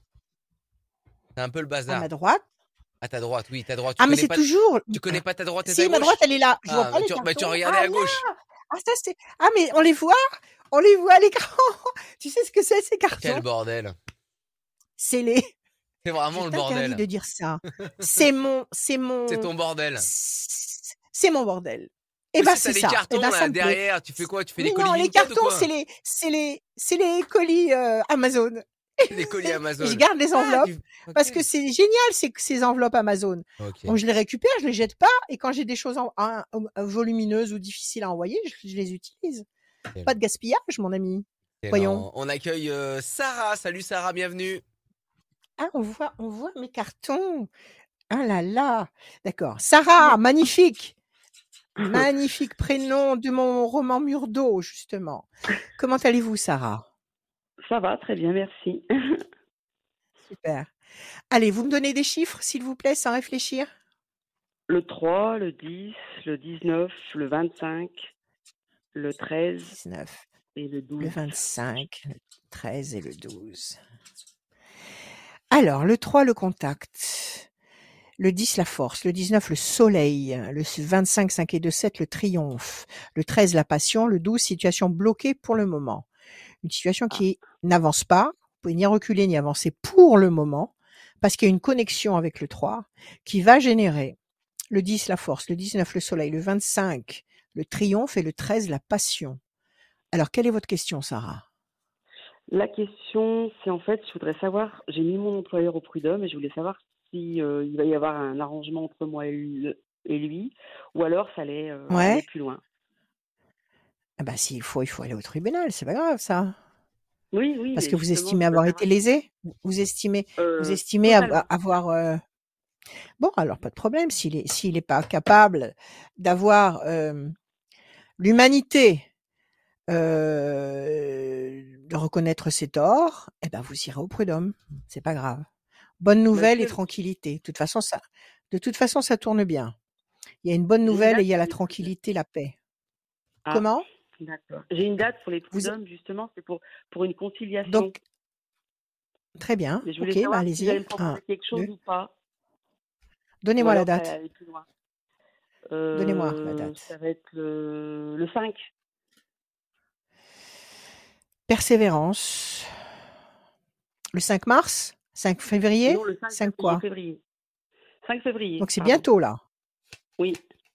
C'est un peu le bazar. À ma droite? À ta droite, oui, ta droite. Ah, mais c'est toujours. Tu connais pas ta droite et ta Si, gauche? ma droite, elle est là. Je vois pas les tu cartons. regardais à gauche. Là. Ah, ça c'est. Ah, mais on les voit? On les voit à l'écran. Tu sais ce que c'est, ces cartons? Quel bordel. C'est les. C'est vraiment le bordel. Interdit de dire ça. C'est ton bordel. C'est mon bordel. Et bah c'est ça. Les cartons là derrière, tu fais quoi? Tu fais des colis? Non, les cartons, c'est les colis Amazon. Les colis Amazon. Je garde les enveloppes parce que c'est génial ces enveloppes Amazon. Okay. Bon, je les récupère, je les jette pas et quand j'ai des choses volumineuses ou difficiles à envoyer, je les utilise. Pas de gaspillage, mon ami. Voyons. On accueille Sarah. Salut Sarah, bienvenue. Ah, on voit mes cartons. Ah là là. D'accord. Sarah, magnifique. Magnifique prénom de mon roman Murdo, justement. Comment allez-vous, Sarah? Ça va, très bien, merci. Super. Allez, vous me donnez des chiffres, s'il vous plaît, sans réfléchir? Le 3, le 10, le 19, le 25, le 13 19, et le 12. Le 25, le 13 et le 12. Alors, le 3, le contact. Le 10, la force. Le 19, le soleil. Le 25, 5 et 2, 7, le triomphe. Le 13, la passion. Le 12, situation bloquée pour le moment. Une situation qui n'avance pas, pouvez ni reculer ni avancer pour le moment, parce qu'il y a une connexion avec le 3 qui va générer le 10, la force, le 19, le soleil, le 25, le triomphe et le 13, la passion. Alors, quelle est votre question, Sarah? La question, c'est en fait, je voudrais savoir, j'ai mis mon employeur au prud'homme et je voulais savoir si il va y avoir un arrangement entre moi et lui, ou alors ça allait aller Ouais. plus loin. Ah bah, s'il faut, il faut aller au tribunal, c'est pas grave, ça. Oui, oui, Parce mais que vous justement, estimez je voulais avoir été savoir. lésé? Vous estimez Totalement. avoir... Bon, alors pas de problème, s'il est pas capable d'avoir l'humanité de reconnaître ses torts, eh ben vous irez au prud'homme, c'est pas grave. Bonne Bah, nouvelle et est-ce que tranquillité. De toute façon, ça tourne bien. Il y a une bonne j'ai une nouvelle et date il y a pour la les prud'hommes? tranquillité, la paix. Ah, Comment? d'accord. J'ai une date pour les Vous, prud'hommes, justement, c'est pour une conciliation. donc, très bien. Mais je Ok, voulais bah savoir s'ils allez-y. allaient me proposer 1, quelque chose 2. ou pas, ou Donnez-moi la alors ça allait date. aller plus loin. Donnez-moi la Ça date. va être le 5. Persévérance. Le 5 mars? 5 février? Non, le 5 5 février. quoi? 5 février, Donc c'est pardon. bientôt là. Oui.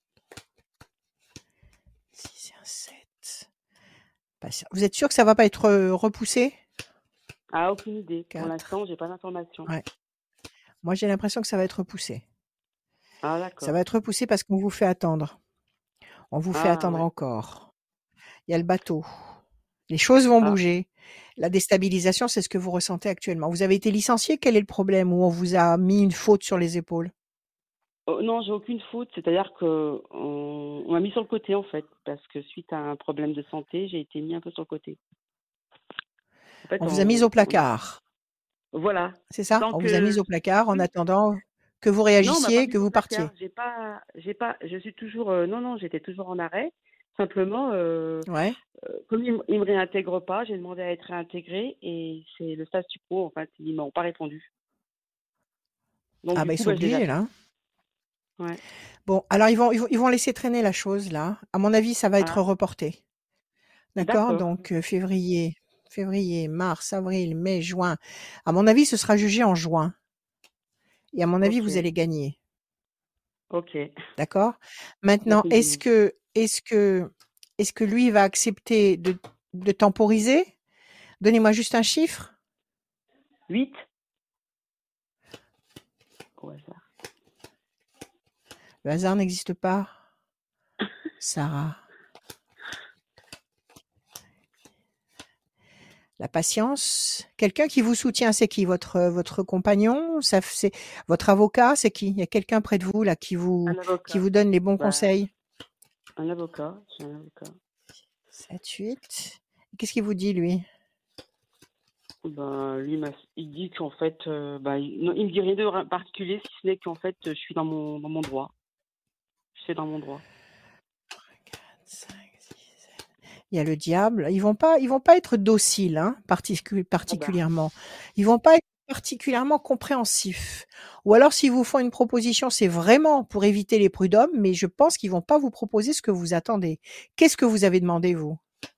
6 et un 7. Vous êtes sûr que ça va pas être repoussé? Ah, aucune idée. Pour 4. l'instant, j'ai pas d'informations. Ouais. Moi, j'ai l'impression que ça va être repoussé. Ah, Ça d'accord. va être repoussé parce qu'on vous fait attendre. On vous fait Ah, attendre ouais. encore. Il y a le bateau. Les choses vont Ah. bouger. La déstabilisation, c'est ce que vous ressentez actuellement. Vous avez été licencié, quel est le problème? Ou on vous a mis une faute sur les épaules? Oh, non, j'ai aucune faute. C'est-à-dire que on m'a mis sur le côté, en fait, parce que suite à un problème de santé, j'ai été mis un peu sur le côté. En fait, On vous a mis au placard. Voilà. C'est ça? Tant On vous a mis que au placard en oui. attendant que vous Non, on m'a pas réagissiez, mis que au vous placard. partiez. Je suis toujours non, j'étais toujours en arrêt. Simplement, Ouais. comme ils me réintègrent pas, j'ai demandé à être réintégré et c'est le statu quo, en fait, ils m'ont pas répondu. Donc Ah du bah ils coup, sont je les obligés là. attends. Hein. Ouais. Bon, alors ils vont laisser traîner la chose là. À mon avis, ça va être Ah, reporté. D'accord? d'accord. Donc février, mars, avril, mai, juin. À mon avis, ce sera jugé en juin. Et à mon avis, Ok. vous allez gagner. Ok. D'accord? Bah, Maintenant, c'est une bonne nouvelle. est-ce que lui va accepter de temporiser? Donnez-moi juste un chiffre. 8 au hasard. Le hasard n'existe pas, Sarah. La patience. Quelqu'un qui vous soutient, c'est qui? Votre compagnon? C'est votre avocat? C'est qui? Il y a quelqu'un près de vous là qui Un vous avocat. donne les bons Bah, conseils? un avocat. J'ai un avocat. 7, 8. Qu'est-ce qu'il vous dit lui? Ben, lui, il dit qu'en fait, non, il me dit rien de particulier, si ce n'est qu'en fait, je suis dans mon droit. Je suis dans mon droit. 4, 5, 6, 7. Il y a le diable. Ils vont pas être dociles, hein, particulièrement. Ils vont pas être particulièrement compréhensifs. Ou alors, s'ils vous font une proposition, c'est vraiment pour éviter les prud'hommes, mais je pense qu'ils vont pas vous proposer ce que vous attendez. Qu'est-ce que vous avez demandé, vous?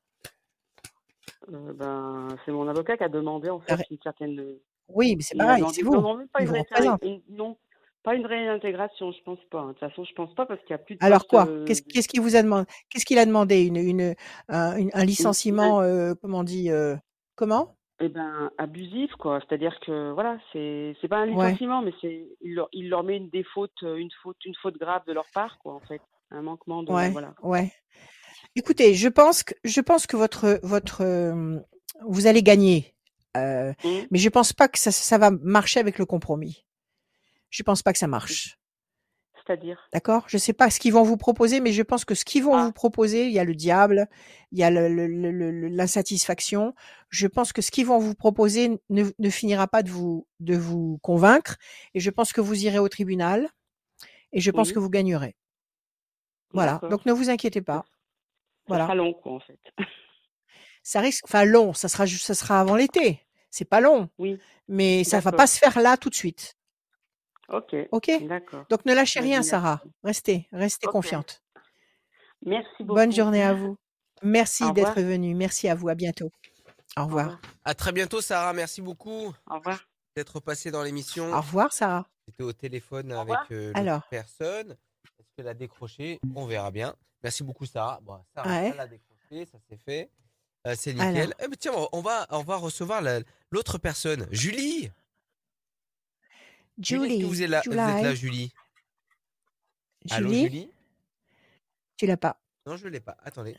C'est mon avocat qui a demandé en fait une certaine. Oui, mais c'est Il a pareil, c'est demandé, vous. non, même pas Ils une vous représentent. non, pas une réintégration, je pense pas. De toute façon, je pense pas parce qu'il y a plus de Alors poste. quoi? Qu'est-ce qu'il vous a demandé? Qu'est-ce qu'il a demandé? Un licenciement, comment on dit, comment? Eh ben, abusif, quoi. C'est-à-dire que voilà, c'est pas un Ouais. licenciement, mais il leur met une faute grave de leur part, quoi, en fait. Un manquement de, Ouais, voilà. ouais. Écoutez, je pense que votre vous allez gagner. Mais je pense pas que ça va marcher avec le compromis. Je pense pas que ça marche. C'est-à-dire? D'accord? Je sais pas ce qu'ils vont vous proposer, mais je pense que ce qu'ils vont vous proposer, il y a le diable, il y a l'insatisfaction. Je pense que ce qu'ils vont vous proposer ne finira pas de vous convaincre, et je pense que vous irez au tribunal, et je pense que vous gagnerez. Voilà. D'accord. Donc ne vous inquiétez pas. Ça sera long, quoi, en fait. Ça risque, enfin long, ça sera avant l'été. C'est pas long. Oui. Mais ça va pas se faire là tout de suite. Ok. Ok? D'accord. Donc ne lâchez rien, Sarah. Restez Ok. confiante. Merci beaucoup. Bonne journée à vous. Merci Au d'être revoir. venue. Merci à vous. À bientôt. Au Au revoir. revoir. À très bientôt, Sarah. Merci beaucoup Au revoir. d'être passée dans l'émission. Au revoir, Sarah. J'étais au téléphone Au avec revoir. l'autre Alors, personne. Est-ce qu'elle a décroché? On verra bien. Merci beaucoup, Sarah. Bon, Sarah, ouais. elle a décroché, ça c'est fait. C'est nickel. Alors, Eh ben, tiens, on va recevoir l'autre personne. Julie. Julie, est-ce que vous êtes là, Julie, Julie? Allô, Julie, Julie? tu l'as pas. Non, je l'ai pas. Attendez.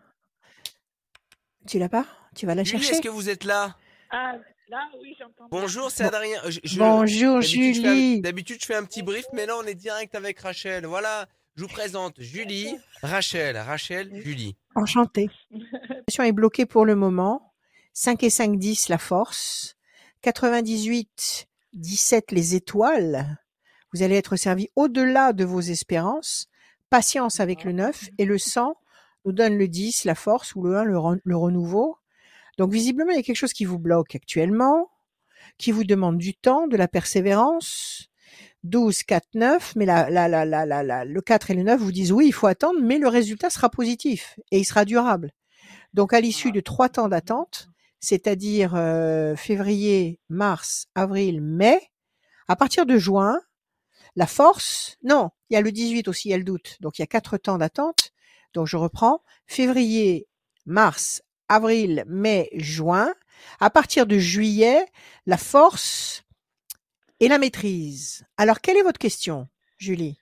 Tu l'as pas? Tu vas la Julie, est-ce chercher? que vous êtes là? Ah, là, oui, j'entends bien. Bonjour, c'est Bon. Adrien. Bonjour, D'habitude, Julie. je fais un petit brief, mais là, on est direct avec Rachel. Voilà, je vous présente Julie, Rachel, Julie. Enchantée. La situation est bloquée pour le moment. 5 et 5, 10, la force. 98, 17, les étoiles. Vous allez être servi au-delà de vos espérances. Patience avec le 9. Et le 100 nous donne le 10, la force, ou le 1, le renouveau. Donc, visiblement, il y a quelque chose qui vous bloque actuellement, qui vous demande du temps, de la persévérance. 12, 4, 9, mais le 4 et le 9 vous disent oui, il faut attendre, mais le résultat sera positif et il sera durable. Donc, à l'issue de 3 temps d'attente, c'est-à-dire février, mars, avril, mai, à partir de juin, la force, non, il y a le 18 aussi, il y a le doute. Donc, il y a 4 temps d'attente. Donc, je reprends, février, mars, avril, mai, juin. À partir de juillet, la force et la maîtrise. Alors, quelle est votre question, Julie?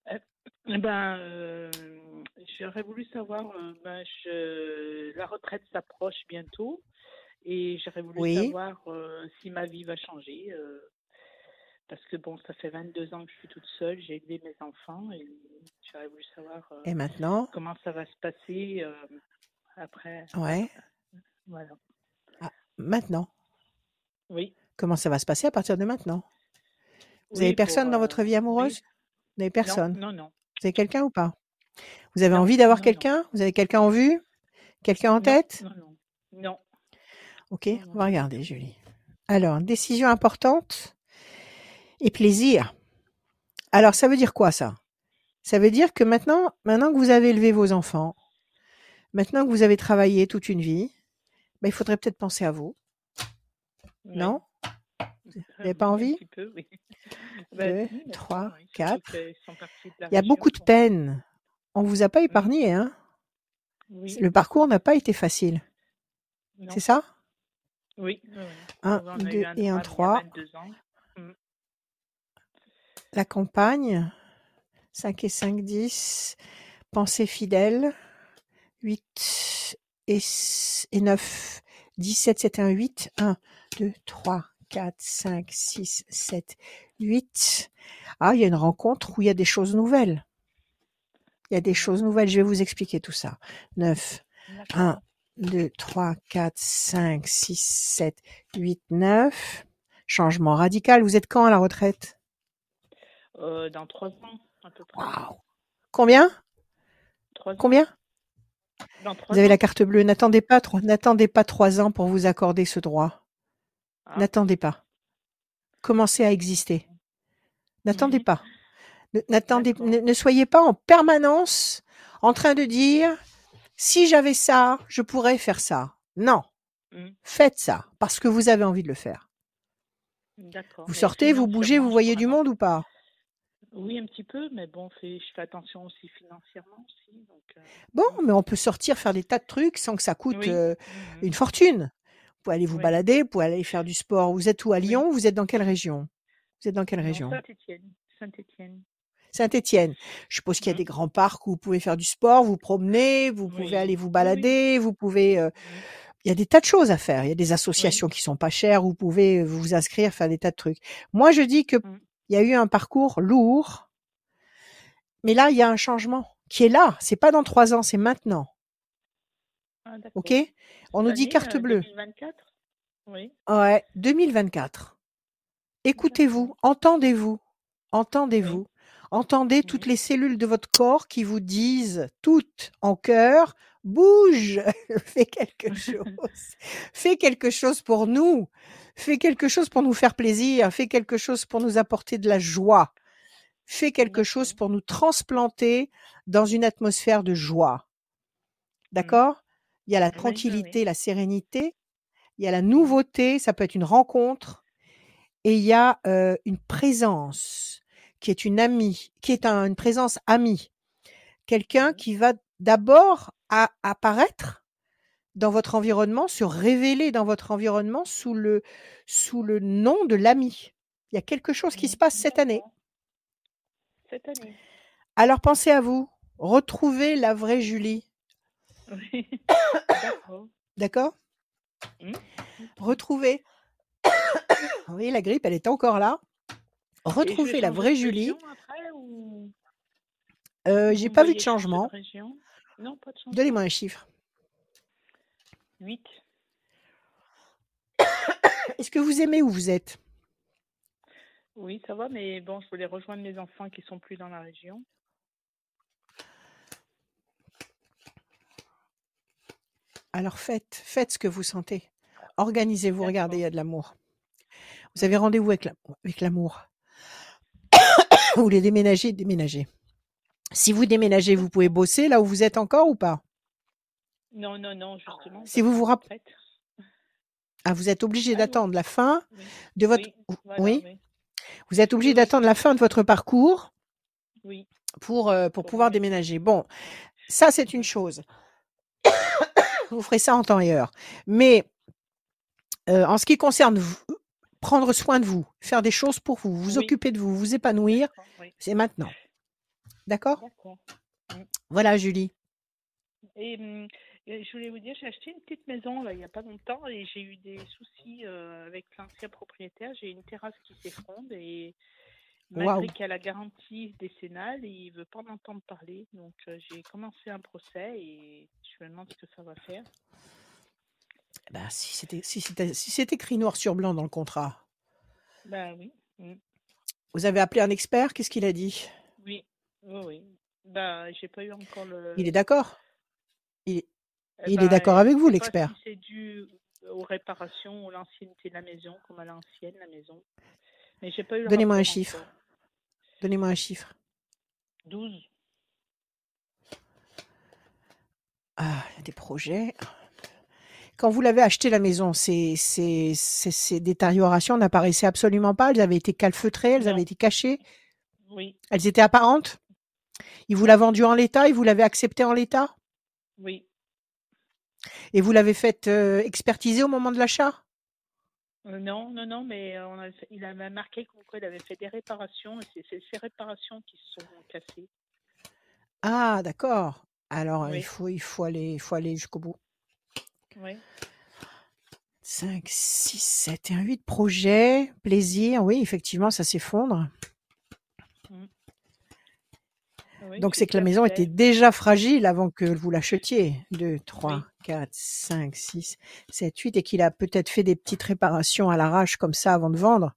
J'aurais voulu savoir, la retraite s'approche bientôt et j'aurais voulu Oui. savoir si ma vie va changer. Parce que bon, ça fait 22 ans que je suis toute seule, j'ai élevé mes enfants et j'aurais voulu savoir Et maintenant? comment ça va se passer après. Ouais. Voilà. Ah, maintenant. Oui. Comment ça va se passer à partir de maintenant? Vous Oui, avez personne pour, dans votre vie amoureuse? oui. Vous n'avez personne? Non. Vous avez quelqu'un ou pas? Vous avez Non, envie d'avoir non. quelqu'un? Vous avez quelqu'un en vue? Quelqu'un en tête? Non. Ok, on va regarder, Julie. Alors, décision importante et plaisir. Alors, ça veut dire quoi, ça? Ça veut dire que maintenant que vous avez élevé vos enfants, maintenant que vous avez travaillé toute une vie, il faudrait peut-être penser à vous. Oui. Non? Vous n'avez pas envie? Un petit peu, oui. 2, 3, 4. Ils sont partis de la Il y a région, beaucoup de donc. peine. On vous a pas épargné, hein? Oui. Le parcours n'a pas été facile. Non. C'est ça? Oui. 1, On a 2 eu un et un drame il y a 3. 22 ans. La campagne. 5 et 5, 10. Pensée fidèle. 8 et 9. 17, c'est un 8. 1, 2, 3, 4, 5, 6, 7, 8. Ah, il y a une rencontre où il y a des choses nouvelles. Il y a des choses nouvelles. Je vais vous expliquer tout ça. 9. 1, 2, 3, 4, 5, 6, 7, 8, 9. Changement radical. Vous êtes quand à la retraite? Dans 3 ans, à peu près. Waouh! Combien? 3 ans. Combien? Dans 3 Vous avez ans. la carte bleue. N'attendez pas 3 ans pour vous accorder ce droit. Ah. N'attendez pas. Commencez à exister. N'attendez pas. Ne soyez pas en permanence en train de dire si j'avais ça, je pourrais faire ça. Non. Faites ça parce que vous avez envie de le faire. D'accord. Vous sortez, vous bougez, vous voyez du monde ou pas? Oui, un petit peu, mais bon, je fais attention aussi financièrement aussi. Donc, Bon, mais on peut sortir faire des tas de trucs sans que ça coûte oui. une fortune. Vous pouvez aller vous Oui. balader, vous pouvez aller faire du sport. Vous êtes où à Lyon? Vous êtes dans quelle région? Vous êtes dans quelle région? Saint-Étienne. Saint-Étienne. Je suppose qu'il y a des grands parcs où vous pouvez faire du sport, vous promener, vous pouvez aller vous balader, vous pouvez. Il y a des tas de choses à faire. Il y a des associations qui sont pas chères où vous pouvez vous inscrire, faire des tas de trucs. Moi, je dis que il y a eu un parcours lourd, mais là, il y a un changement qui est là. C'est pas dans 3 ans, c'est maintenant. Ah, Ok? On nous dit carte bleue. 2024. Oui. Ouais, 2024. Écoutez-vous, entendez-vous. Entendez toutes les cellules de votre corps qui vous disent, toutes en chœur, bouge, fais quelque chose. Fais quelque chose pour nous. Fais quelque chose pour nous faire plaisir. Fais quelque chose pour nous apporter de la joie. Fais quelque chose pour nous transplanter dans une atmosphère de joie. D'accord? Il y a la tranquillité, la sérénité. il y a la nouveauté, ça peut être une rencontre, et il y a une présence qui est une amie, qui est une présence amie. Quelqu'un qui va d'abord apparaître dans votre environnement, se révéler dans votre environnement sous le nom de l'ami. Il y a quelque chose qui se passe cette année. Cette année. Alors pensez à vous, retrouvez la vraie Julie. Oui. D'accord. D'accord? Retrouvez. Vous voyez, la grippe, elle est encore là. Retrouvez la vraie Julie. Après, ou... J'ai pas vu de changement. Non, pas de changement. Donnez-moi un chiffre. 8. Est-ce que vous aimez où vous êtes? Oui, ça va, mais bon, je voulais rejoindre mes enfants qui sont plus dans la région. Alors faites ce que vous sentez. Organisez-vous, regardez, il y a de l'amour. Vous avez rendez-vous avec l'amour. Vous voulez déménager. Si vous déménagez, vous pouvez bosser là où vous êtes encore ou pas? Non, justement. Si vous vous rappelez. Ah, vous êtes obligé d'attendre la fin de votre. Oui. Vous êtes obligé d'attendre la fin de votre parcours. Oui. Pour pouvoir déménager. Bon, ça c'est une chose. Vous ferez ça en temps et heure. Mais en ce qui concerne vous, prendre soin de vous, faire des choses pour vous, vous occuper de vous, vous épanouir, c'est maintenant. D'accord? Voilà, Julie. Et je voulais vous dire, j'ai acheté une petite maison là, il n'y a pas longtemps et j'ai eu des soucis avec l'ancien propriétaire. J'ai une terrasse qui s'effondre et malgré qu'il y a la garantie décennale, il ne veut pas m'entendre parler. Donc j'ai commencé un procès et je me demande ce que ça va faire. Ben, si c'est écrit noir sur blanc dans le contrat. Ben oui. Vous avez appelé un expert, qu'est-ce qu'il a dit? Oui. Ben, j'ai pas eu encore le. Il est d'accord? Il est d'accord avec vous, l'expert? Si c'est dû aux réparations ou l'ancienneté de la maison, comme à l'ancienne, la maison. Mais j'ai pas eu le Donnez-moi un rapport chiffre. encore. Donnez-moi un chiffre. 12. Ah, il y a des projets. Quand vous l'avez acheté la maison, ces détériorations n'apparaissaient absolument pas. Elles avaient été calfeutrées, elles avaient été cachées. Oui. Elles étaient apparentes. Il vous l'a vendu en l'état, il vous l'avait accepté en l'état. Oui. Et vous l'avez fait expertiser au moment de l'achat? Non, mais il avait marqué qu'il avait fait des réparations et c'est ces réparations qui se sont cassées. Ah, d'accord. Alors, Oui. il faut aller jusqu'au bout. Oui. 5, 6, 7 et 8 projets, plaisir. Oui, effectivement, ça s'effondre. Oui, donc, c'est que la maison était déjà fragile avant que vous l'achetiez. 2, 3, 4, 5, 6, 7, 8. Et qu'il a peut-être fait des petites réparations à l'arrache comme ça avant de vendre.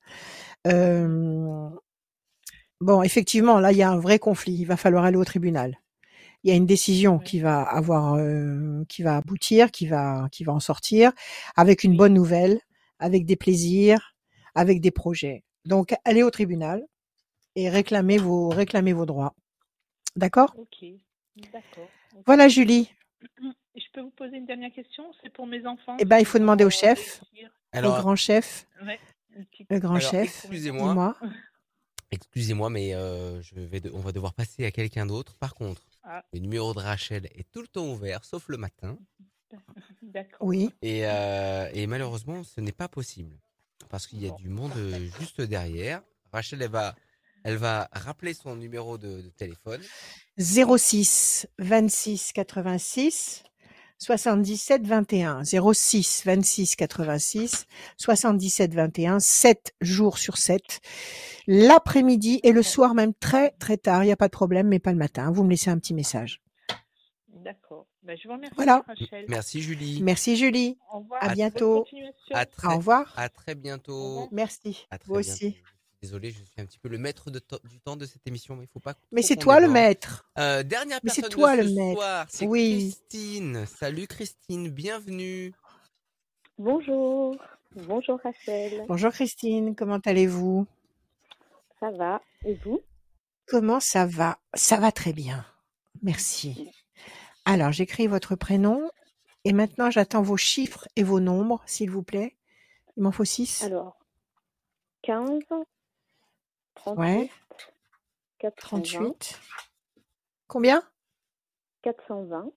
Bon, effectivement, là, il y a un vrai conflit. Il va falloir aller au tribunal. Il y a une décision qui va aboutir, qui va en sortir, avec une bonne nouvelle, avec des plaisirs, avec des projets. Donc, allez au tribunal et réclamez vos droits. D'accord? Ok, d'accord. Voilà, Julie. Je peux vous poser une dernière question? C'est pour mes enfants. Eh ben, il faut demander au chef, au grand chef. Ouais, le grand chef. Excusez-moi. Excusez-moi, mais on va devoir passer à quelqu'un d'autre. Par contre, le numéro de Rachel est tout le temps ouvert, sauf le matin. D'accord. Oui. Et malheureusement, ce n'est pas possible. Parce qu'il y a du monde juste derrière. Rachel, elle va rappeler son numéro de téléphone. 06 26 86 77 21. 06 26 86 77 21. 7 jours sur 7. L'après-midi et le soir même très très tard. Il n'y a pas de problème, mais pas le matin. Vous me laissez un petit message. D'accord. Ben, je vous remercie, voilà. Rachel. Merci, Julie. Merci, Julie. Au revoir. À bientôt. Au revoir. À très bientôt. Merci. Vous aussi. Désolé, je suis un petit peu le maître du temps de cette émission, mais il faut pas. Mais c'est toi le maître. Dernière personne de ce soir, c'est Christine. Salut Christine, bienvenue. Bonjour. Bonjour Rachel. Bonjour Christine, comment allez-vous? Ça va, et vous? Comment ça va? Ça va très bien, merci. Alors, j'écris votre prénom Et maintenant, j'attends vos chiffres et vos nombres, s'il vous plaît. Il m'en faut 6. Alors, 15, 38, Ouais, 420, 38. Combien? 420,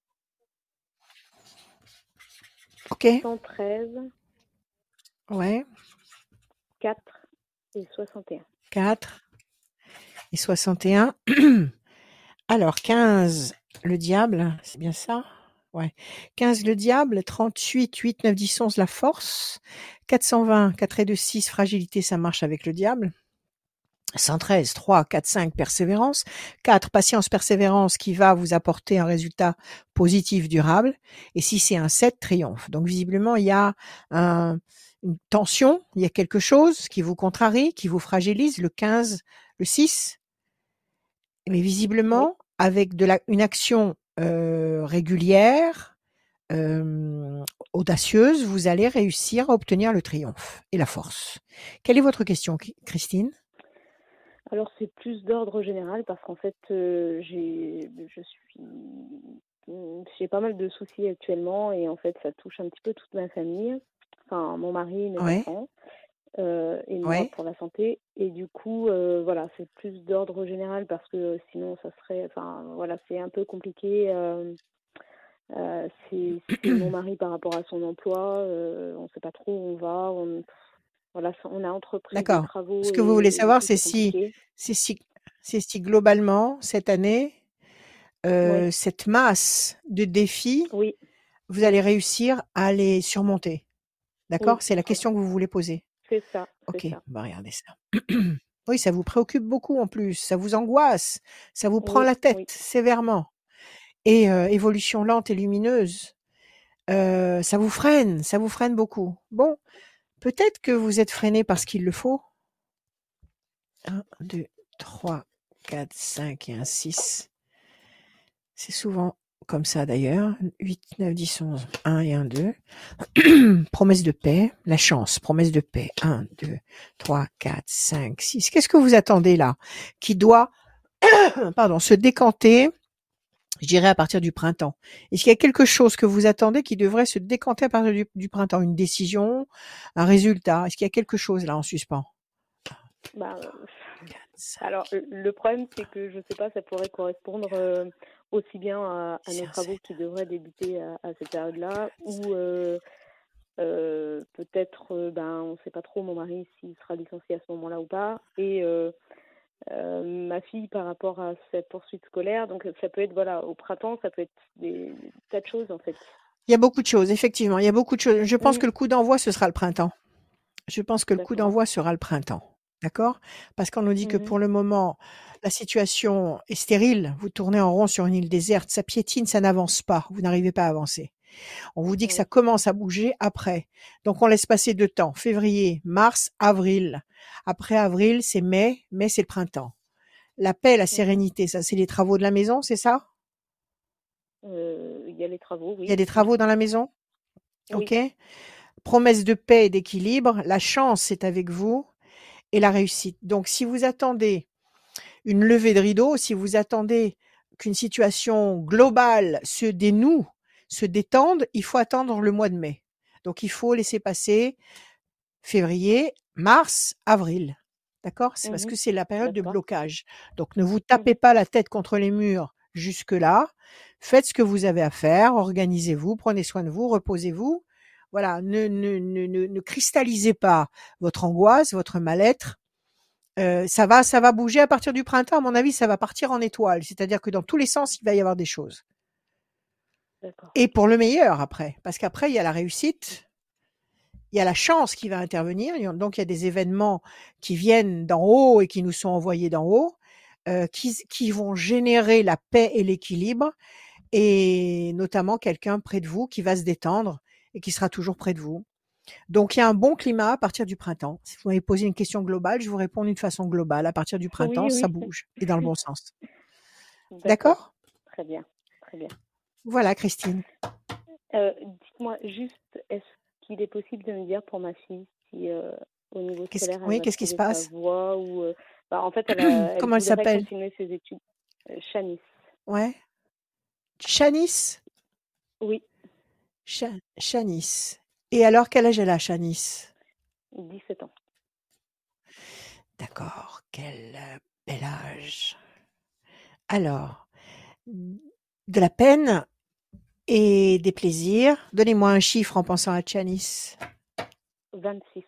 Ok. 113, Ouais, 4 et 61. 4 et 61. Alors, 15, le diable, c'est bien ça? Ouais. 15, le diable, 38, 8, 9, 10, 11, la force. 420, 4 et 2, 6, fragilité, ça marche avec le diable. 113, 3, 4, 5, persévérance. 4, patience, persévérance qui va vous apporter un résultat positif, durable. Et si c'est un 7, triomphe. Donc visiblement, il y a une tension, il y a quelque chose qui vous contrarie, qui vous fragilise, le 15, le 6. Mais Oui, visiblement, avec une action régulière, audacieuse, vous allez réussir à obtenir le triomphe et la force. Quelle est votre question, Christine? alors c'est plus d'ordre général parce qu'en fait, j'ai pas mal de soucis actuellement et en fait, ça touche un petit peu toute ma famille, enfin mon mari et mes Ouais, enfants, et moi ouais, pour la santé. Et du coup, voilà, c'est plus d'ordre général parce que sinon ça serait, enfin voilà, c'est un peu compliqué. C'est mon mari par rapport à son emploi, on ne sait pas trop où on va. Voilà, on a entrepris des d'accord. travaux Ce que vous voulez et du savoir, coup c'est compliqué. c'est si, c'est si globalement, cette année, Oui, cette masse de défis, oui, vous allez oui, réussir à les surmonter. oui, D'accord? C'est la question que vous voulez poser. c'est ça, c'est Ok, ça. bah regardez ça. Oui, ça vous préoccupe beaucoup en plus, ça vous angoisse, ça vous prend Oui, la tête oui. sévèrement. Et évolution lente et lumineuse, ça vous freine beaucoup. Bon, peut-être que vous êtes freiné parce qu'il le faut. 1, 2, 3, 4, 5 et un 6. C'est souvent comme ça d'ailleurs. 8, 9, 10, 11, 1 et 1, 2. Promesse de paix, la chance, promesse de paix. 1, 2, 3, 4, 5, 6. Qu'est-ce que vous attendez là? Qui doit, se décanter, je dirais à partir du printemps. Est-ce qu'il y a quelque chose que vous attendez qui devrait se décanter à partir du printemps? Une décision, un résultat? Est-ce qu'il y a quelque chose là en suspens? Bah, 4, 5. alors, le problème, c'est que je sais pas, ça pourrait correspondre aussi bien à nos travaux qui devraient débuter à cette période-là, ou peut-être, ben, on sait pas trop, mon mari, s'il sera licencié à ce moment-là ou pas, et ma fille par rapport à cette poursuite scolaire. Donc, ça peut être, voilà, au printemps, ça peut être des tas de choses, en fait. Il y a beaucoup de choses, effectivement, il y a beaucoup de choses. Je pense Mm. que le coup d'envoi, ce sera le printemps. Je pense que le coup D'accord. d'envoi sera le printemps. D'accord? Parce qu'on nous dit que Mhm. pour le moment, la situation est stérile. Vous tournez en rond sur une île déserte, ça piétine, ça n'avance pas. Vous n'arrivez pas à avancer. On vous dit que ça Oui. commence à bouger après. Donc on laisse passer 2 temps. Février, mars, avril. Après avril, c'est mai. Mai, c'est le printemps. La paix, la Mhm. sérénité, ça, c'est les travaux de la maison, c'est ça? Il y a les travaux, Il y a oui. des travaux dans la maison? Oui. Ok? Promesse de paix et d'équilibre. La chance est avec vous et la réussite. Donc si vous attendez une levée de rideau, si vous attendez qu'une situation globale se dénoue, se détende, il faut attendre le mois de mai. Donc il faut laisser passer février, mars, avril. D'accord? C'est parce Mhm. que c'est la période de D'accord. blocage. Donc ne vous tapez Mhm. pas la tête contre les murs jusque-là. Faites ce que vous avez à faire, organisez-vous, prenez soin de vous, reposez-vous. Voilà, ne cristallisez pas votre angoisse, votre mal-être. Ça va bouger à partir du printemps. À mon avis, ça va partir en étoile. C'est-à-dire que dans tous les sens, il va y avoir des choses. D'accord. Et pour le meilleur après, parce qu'après il y a la réussite, il y a la chance qui va intervenir. Donc il y a des événements qui viennent d'en haut et qui nous sont envoyés d'en haut, qui vont générer la paix et l'équilibre, et notamment quelqu'un près de vous qui va se détendre et qui sera toujours près de vous. Donc il y a un bon climat à partir du printemps. Si vous m'avez posé une question globale, je vous réponds d'une façon globale. À partir du printemps, Oui, ça oui. bouge et dans le bon sens. D'accord. D'accord? Très bien. Très bien. Voilà, Christine. Dites-moi juste, est-ce qu'il est possible de me dire pour ma fille si au niveau scolaire elle va Qu'est-ce qui se trouver sa passe? voie, ou en fait elle Comment elle voudrait s'appelle? continuer ses études. Shanice. Ouais. Shanice? Oui. Shanice. Et alors, quel âge elle a, Shanice? 17 ans. D'accord, quel bel âge. Alors, de la peine et des plaisirs. Donnez-moi un chiffre en pensant à Shanice. 26.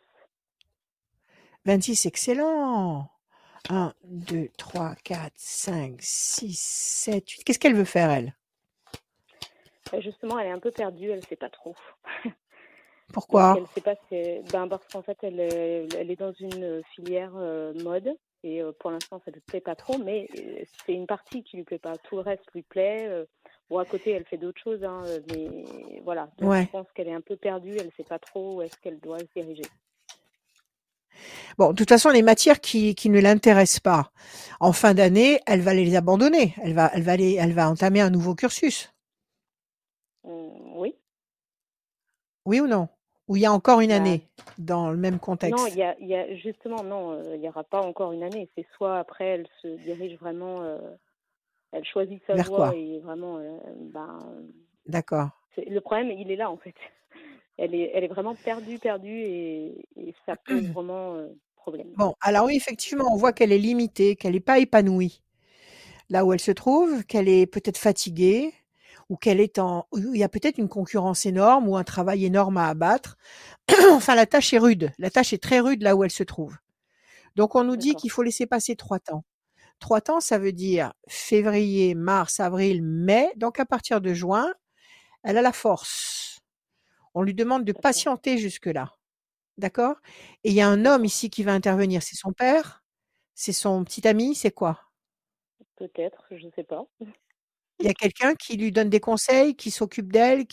26, excellent. 1, 2, 3, 4, 5, 6, 7, 8. Qu'est-ce qu'elle veut faire, elle? Justement, elle est un peu perdue, elle ne sait pas trop. Pourquoi? Donc, elle sait pas, parce qu'en fait, elle est dans une filière mode. Et pour l'instant, ça ne lui plaît pas trop, mais c'est une partie qui ne lui plaît pas. Tout le reste lui plaît. Bon, à côté, elle fait d'autres choses, hein, mais voilà. Donc, Ouais. je pense qu'elle est un peu perdue, elle ne sait pas trop où est-ce qu'elle doit se diriger. Bon, de toute façon, les matières qui ne l'intéressent pas, en fin d'année, elle va les abandonner. Elle va entamer un nouveau cursus. Oui. Oui ou non? Ou il y a encore une Bah, année dans le même non, contexte? il y a justement, non, il n'y aura pas encore une année. C'est soit après, elle se dirige vraiment, elle choisit sa Vers voie quoi? et vraiment, D'accord. le problème, il est là en fait. Elle est vraiment perdue et ça pose vraiment problème. Bon, alors oui, effectivement, on voit qu'elle est limitée, qu'elle n'est pas épanouie là où elle se trouve, qu'elle est peut-être fatiguée ou où il y a peut-être une concurrence énorme ou un travail énorme à abattre. Enfin, la tâche est rude. La tâche est très rude là où elle se trouve. Donc, on nous dit D'accord. qu'il faut laisser passer 3 temps. 3 temps, ça veut dire février, mars, avril, mai. Donc, à partir de juin, elle a la force. On lui demande de D'accord. patienter jusque-là. D'accord? Et il y a un homme D'accord. ici qui va intervenir. C'est son père? C'est son petit ami? C'est quoi? Peut-être, je ne sais pas. Il y a quelqu'un qui lui donne des conseils, qui s'occupe d'elle,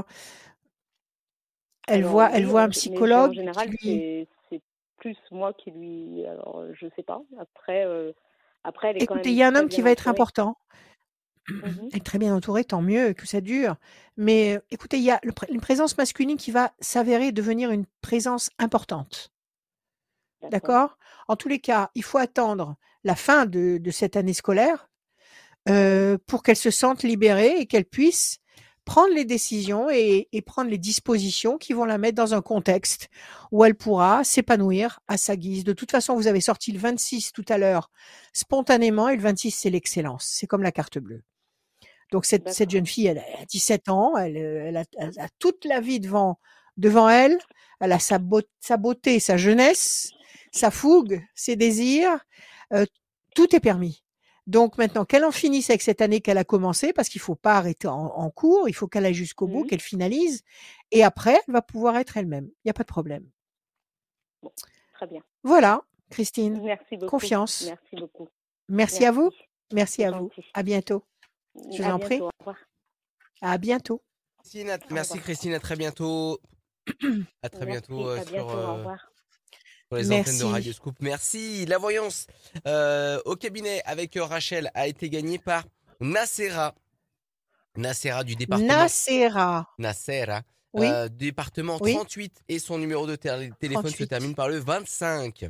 elle Alors voit oui, un mais en psychologue qui général, lui... c'est plus moi qui lui. Alors, je sais pas. Après, elle est quand Écoutez, il même y a un très homme qui bien va être entourée. important. Mhm. Elle est très bien entourée, tant mieux que ça dure. Mais écoutez, il y a une présence masculine qui va s'avérer devenir une présence importante. D'accord. D'accord? En tous les cas, il faut attendre la fin de cette année scolaire pour qu'elle se sente libérée et qu'elle puisse prendre les décisions et prendre les dispositions qui vont la mettre dans un contexte où elle pourra s'épanouir à sa guise. De toute façon, vous avez sorti le 26 tout à l'heure spontanément et le 26, c'est l'excellence. C'est comme la carte bleue. Donc cette D'accord. jeune fille, elle a 17 ans, elle a toute la vie devant elle. Elle a sa beauté, sa jeunesse, sa fougue, ses désirs. Tout est permis. Donc maintenant, qu'elle en finisse avec cette année qu'elle a commencé, parce qu'il faut pas arrêter en cours, il faut qu'elle aille jusqu'au bout, Mhm. qu'elle finalise, et après, elle va pouvoir être elle-même. Il n'y a pas de problème. Bon, très bien. Voilà, Christine. Merci beaucoup. Confiance. Merci beaucoup. Merci à vous. Merci C'est à vous. gentil. À bientôt. Je vous À en prie. bientôt. Au revoir. À bientôt. Merci Christine, à très bientôt. À très Merci. bientôt À bientôt. Au revoir. sur les antennes de Merci. Radio Scoop. Merci. La voyance au cabinet avec Rachel a été gagnée par Nacera. Nacera du département. Nacera. Oui. Département Oui. 38 et son numéro de téléphone 38. se termine par le 25.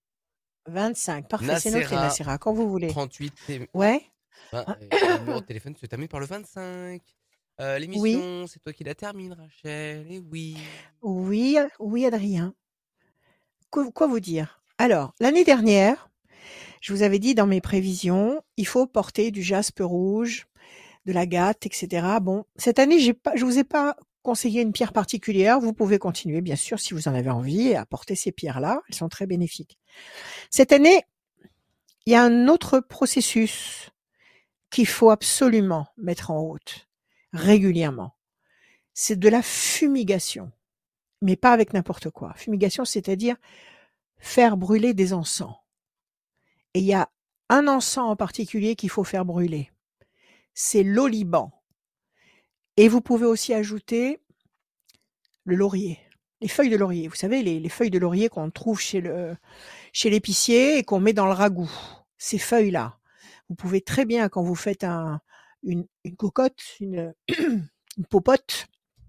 25. Parfait, c'est noté, Nacera, Nacera, quand vous voulez. 38. Ouais. Le numéro de téléphone se termine par le 25. L'émission, c'est toi qui la termine, Rachel. Et oui. Oui, Adrien. Quoi vous dire? Alors, l'année dernière, je vous avais dit dans mes prévisions, il faut porter du jaspe rouge, de l'agate, etc. Bon, cette année, je vous ai pas conseillé une pierre particulière. Vous pouvez continuer, bien sûr, si vous en avez envie, à porter ces pierres-là. Elles sont très bénéfiques. Cette année, il y a un autre processus qu'il faut absolument mettre en route, régulièrement. C'est de la fumigation. Mais pas avec n'importe quoi. Fumigation, c'est-à-dire faire brûler des encens. Et il y a un encens en particulier qu'il faut faire brûler. C'est l'oliban. Et vous pouvez aussi ajouter le laurier, les feuilles de laurier. Vous savez, les feuilles de laurier qu'on trouve chez l'épicier et qu'on met dans le ragoût. Ces feuilles-là. Vous pouvez très bien, quand vous faites une cocotte, une popote,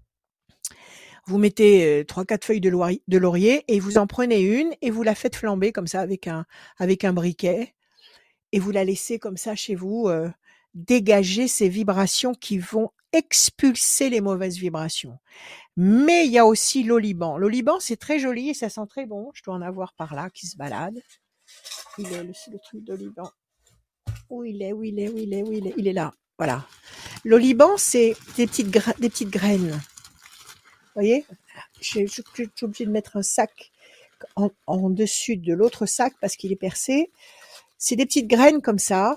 vous mettez 3-4 feuilles de laurier et vous en prenez une et vous la faites flamber comme ça avec un briquet et vous la laissez comme ça chez vous dégager ces vibrations qui vont expulser les mauvaises vibrations. Mais il y a aussi l'oliban. L'oliban, c'est très joli et ça sent très bon. Je dois en avoir par là qui se balade. Il est le truc d'oliban. Où il est? Il est là. Voilà. L'oliban, c'est des petites graines. Vous voyez? Je suis obligée de mettre un sac en dessus de l'autre sac parce qu'il est percé. C'est des petites graines comme ça.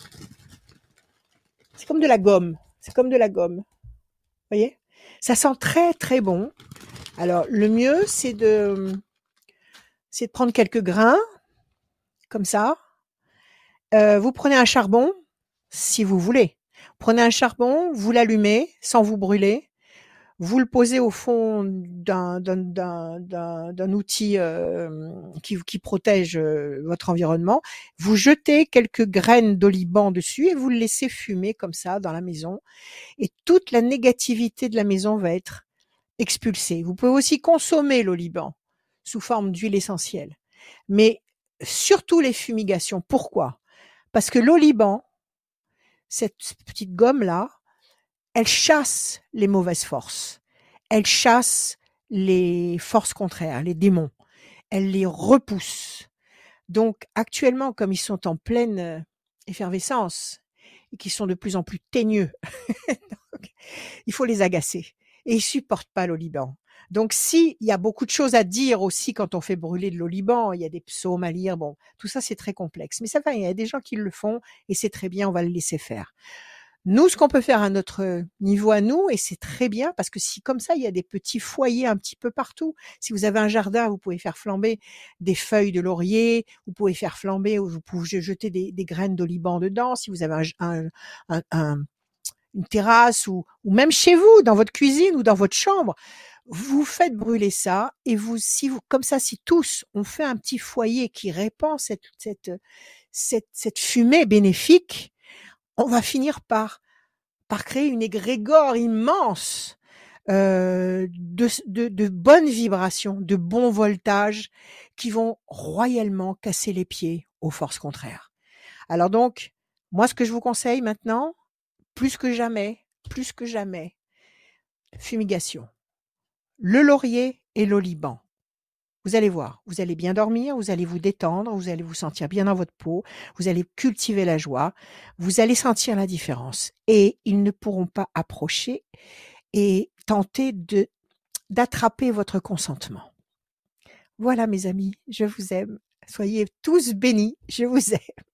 C'est comme de la gomme. Vous voyez? Ça sent très, très bon. Alors, le mieux, c'est de prendre quelques grains, comme ça. Vous prenez un charbon, si vous voulez. Prenez un charbon, vous l'allumez sans vous brûler. Vous le posez au fond d'un outil qui protège votre environnement. Vous jetez quelques graines d'oliban dessus et vous le laissez fumer comme ça dans la maison. Et toute la négativité de la maison va être expulsée. Vous pouvez aussi consommer l'oliban sous forme d'huile essentielle. Mais surtout les fumigations. Pourquoi? Parce que l'oliban, cette petite gomme-là, elle chasse les mauvaises forces. Elle chasse les forces contraires, les démons. Elle les repousse. Donc, actuellement, comme ils sont en pleine effervescence et qu'ils sont de plus en plus teigneux, il faut les agacer. Et ils supportent pas l'oliban. Donc, il y a beaucoup de choses à dire aussi quand on fait brûler de l'oliban, il y a des psaumes à lire, bon, tout ça c'est très complexe. Mais ça va, il y a des gens qui le font et c'est très bien, on va le laisser faire. Nous, ce qu'on peut faire à notre niveau à nous, et c'est très bien, parce que si comme ça, il y a des petits foyers un petit peu partout. Si vous avez un jardin, vous pouvez faire flamber des feuilles de laurier, vous pouvez faire flamber, ou vous pouvez jeter des graines d'oliban dedans. Si vous avez une terrasse ou même chez vous, dans votre cuisine ou dans votre chambre, vous faites brûler ça et si tous on fait un petit foyer qui répand cette fumée bénéfique, on va finir par créer une égrégore immense de bonnes vibrations, de bons voltages qui vont royalement casser les pieds aux forces contraires. Alors donc, moi ce que je vous conseille maintenant, plus que jamais, fumigation. Le laurier et l'oliban. Vous allez voir, vous allez bien dormir, vous allez vous détendre, vous allez vous sentir bien dans votre peau, vous allez cultiver la joie, vous allez sentir la différence et ils ne pourront pas approcher et tenter d'attraper votre consentement. Voilà mes amis, je vous aime. Soyez tous bénis, je vous aime.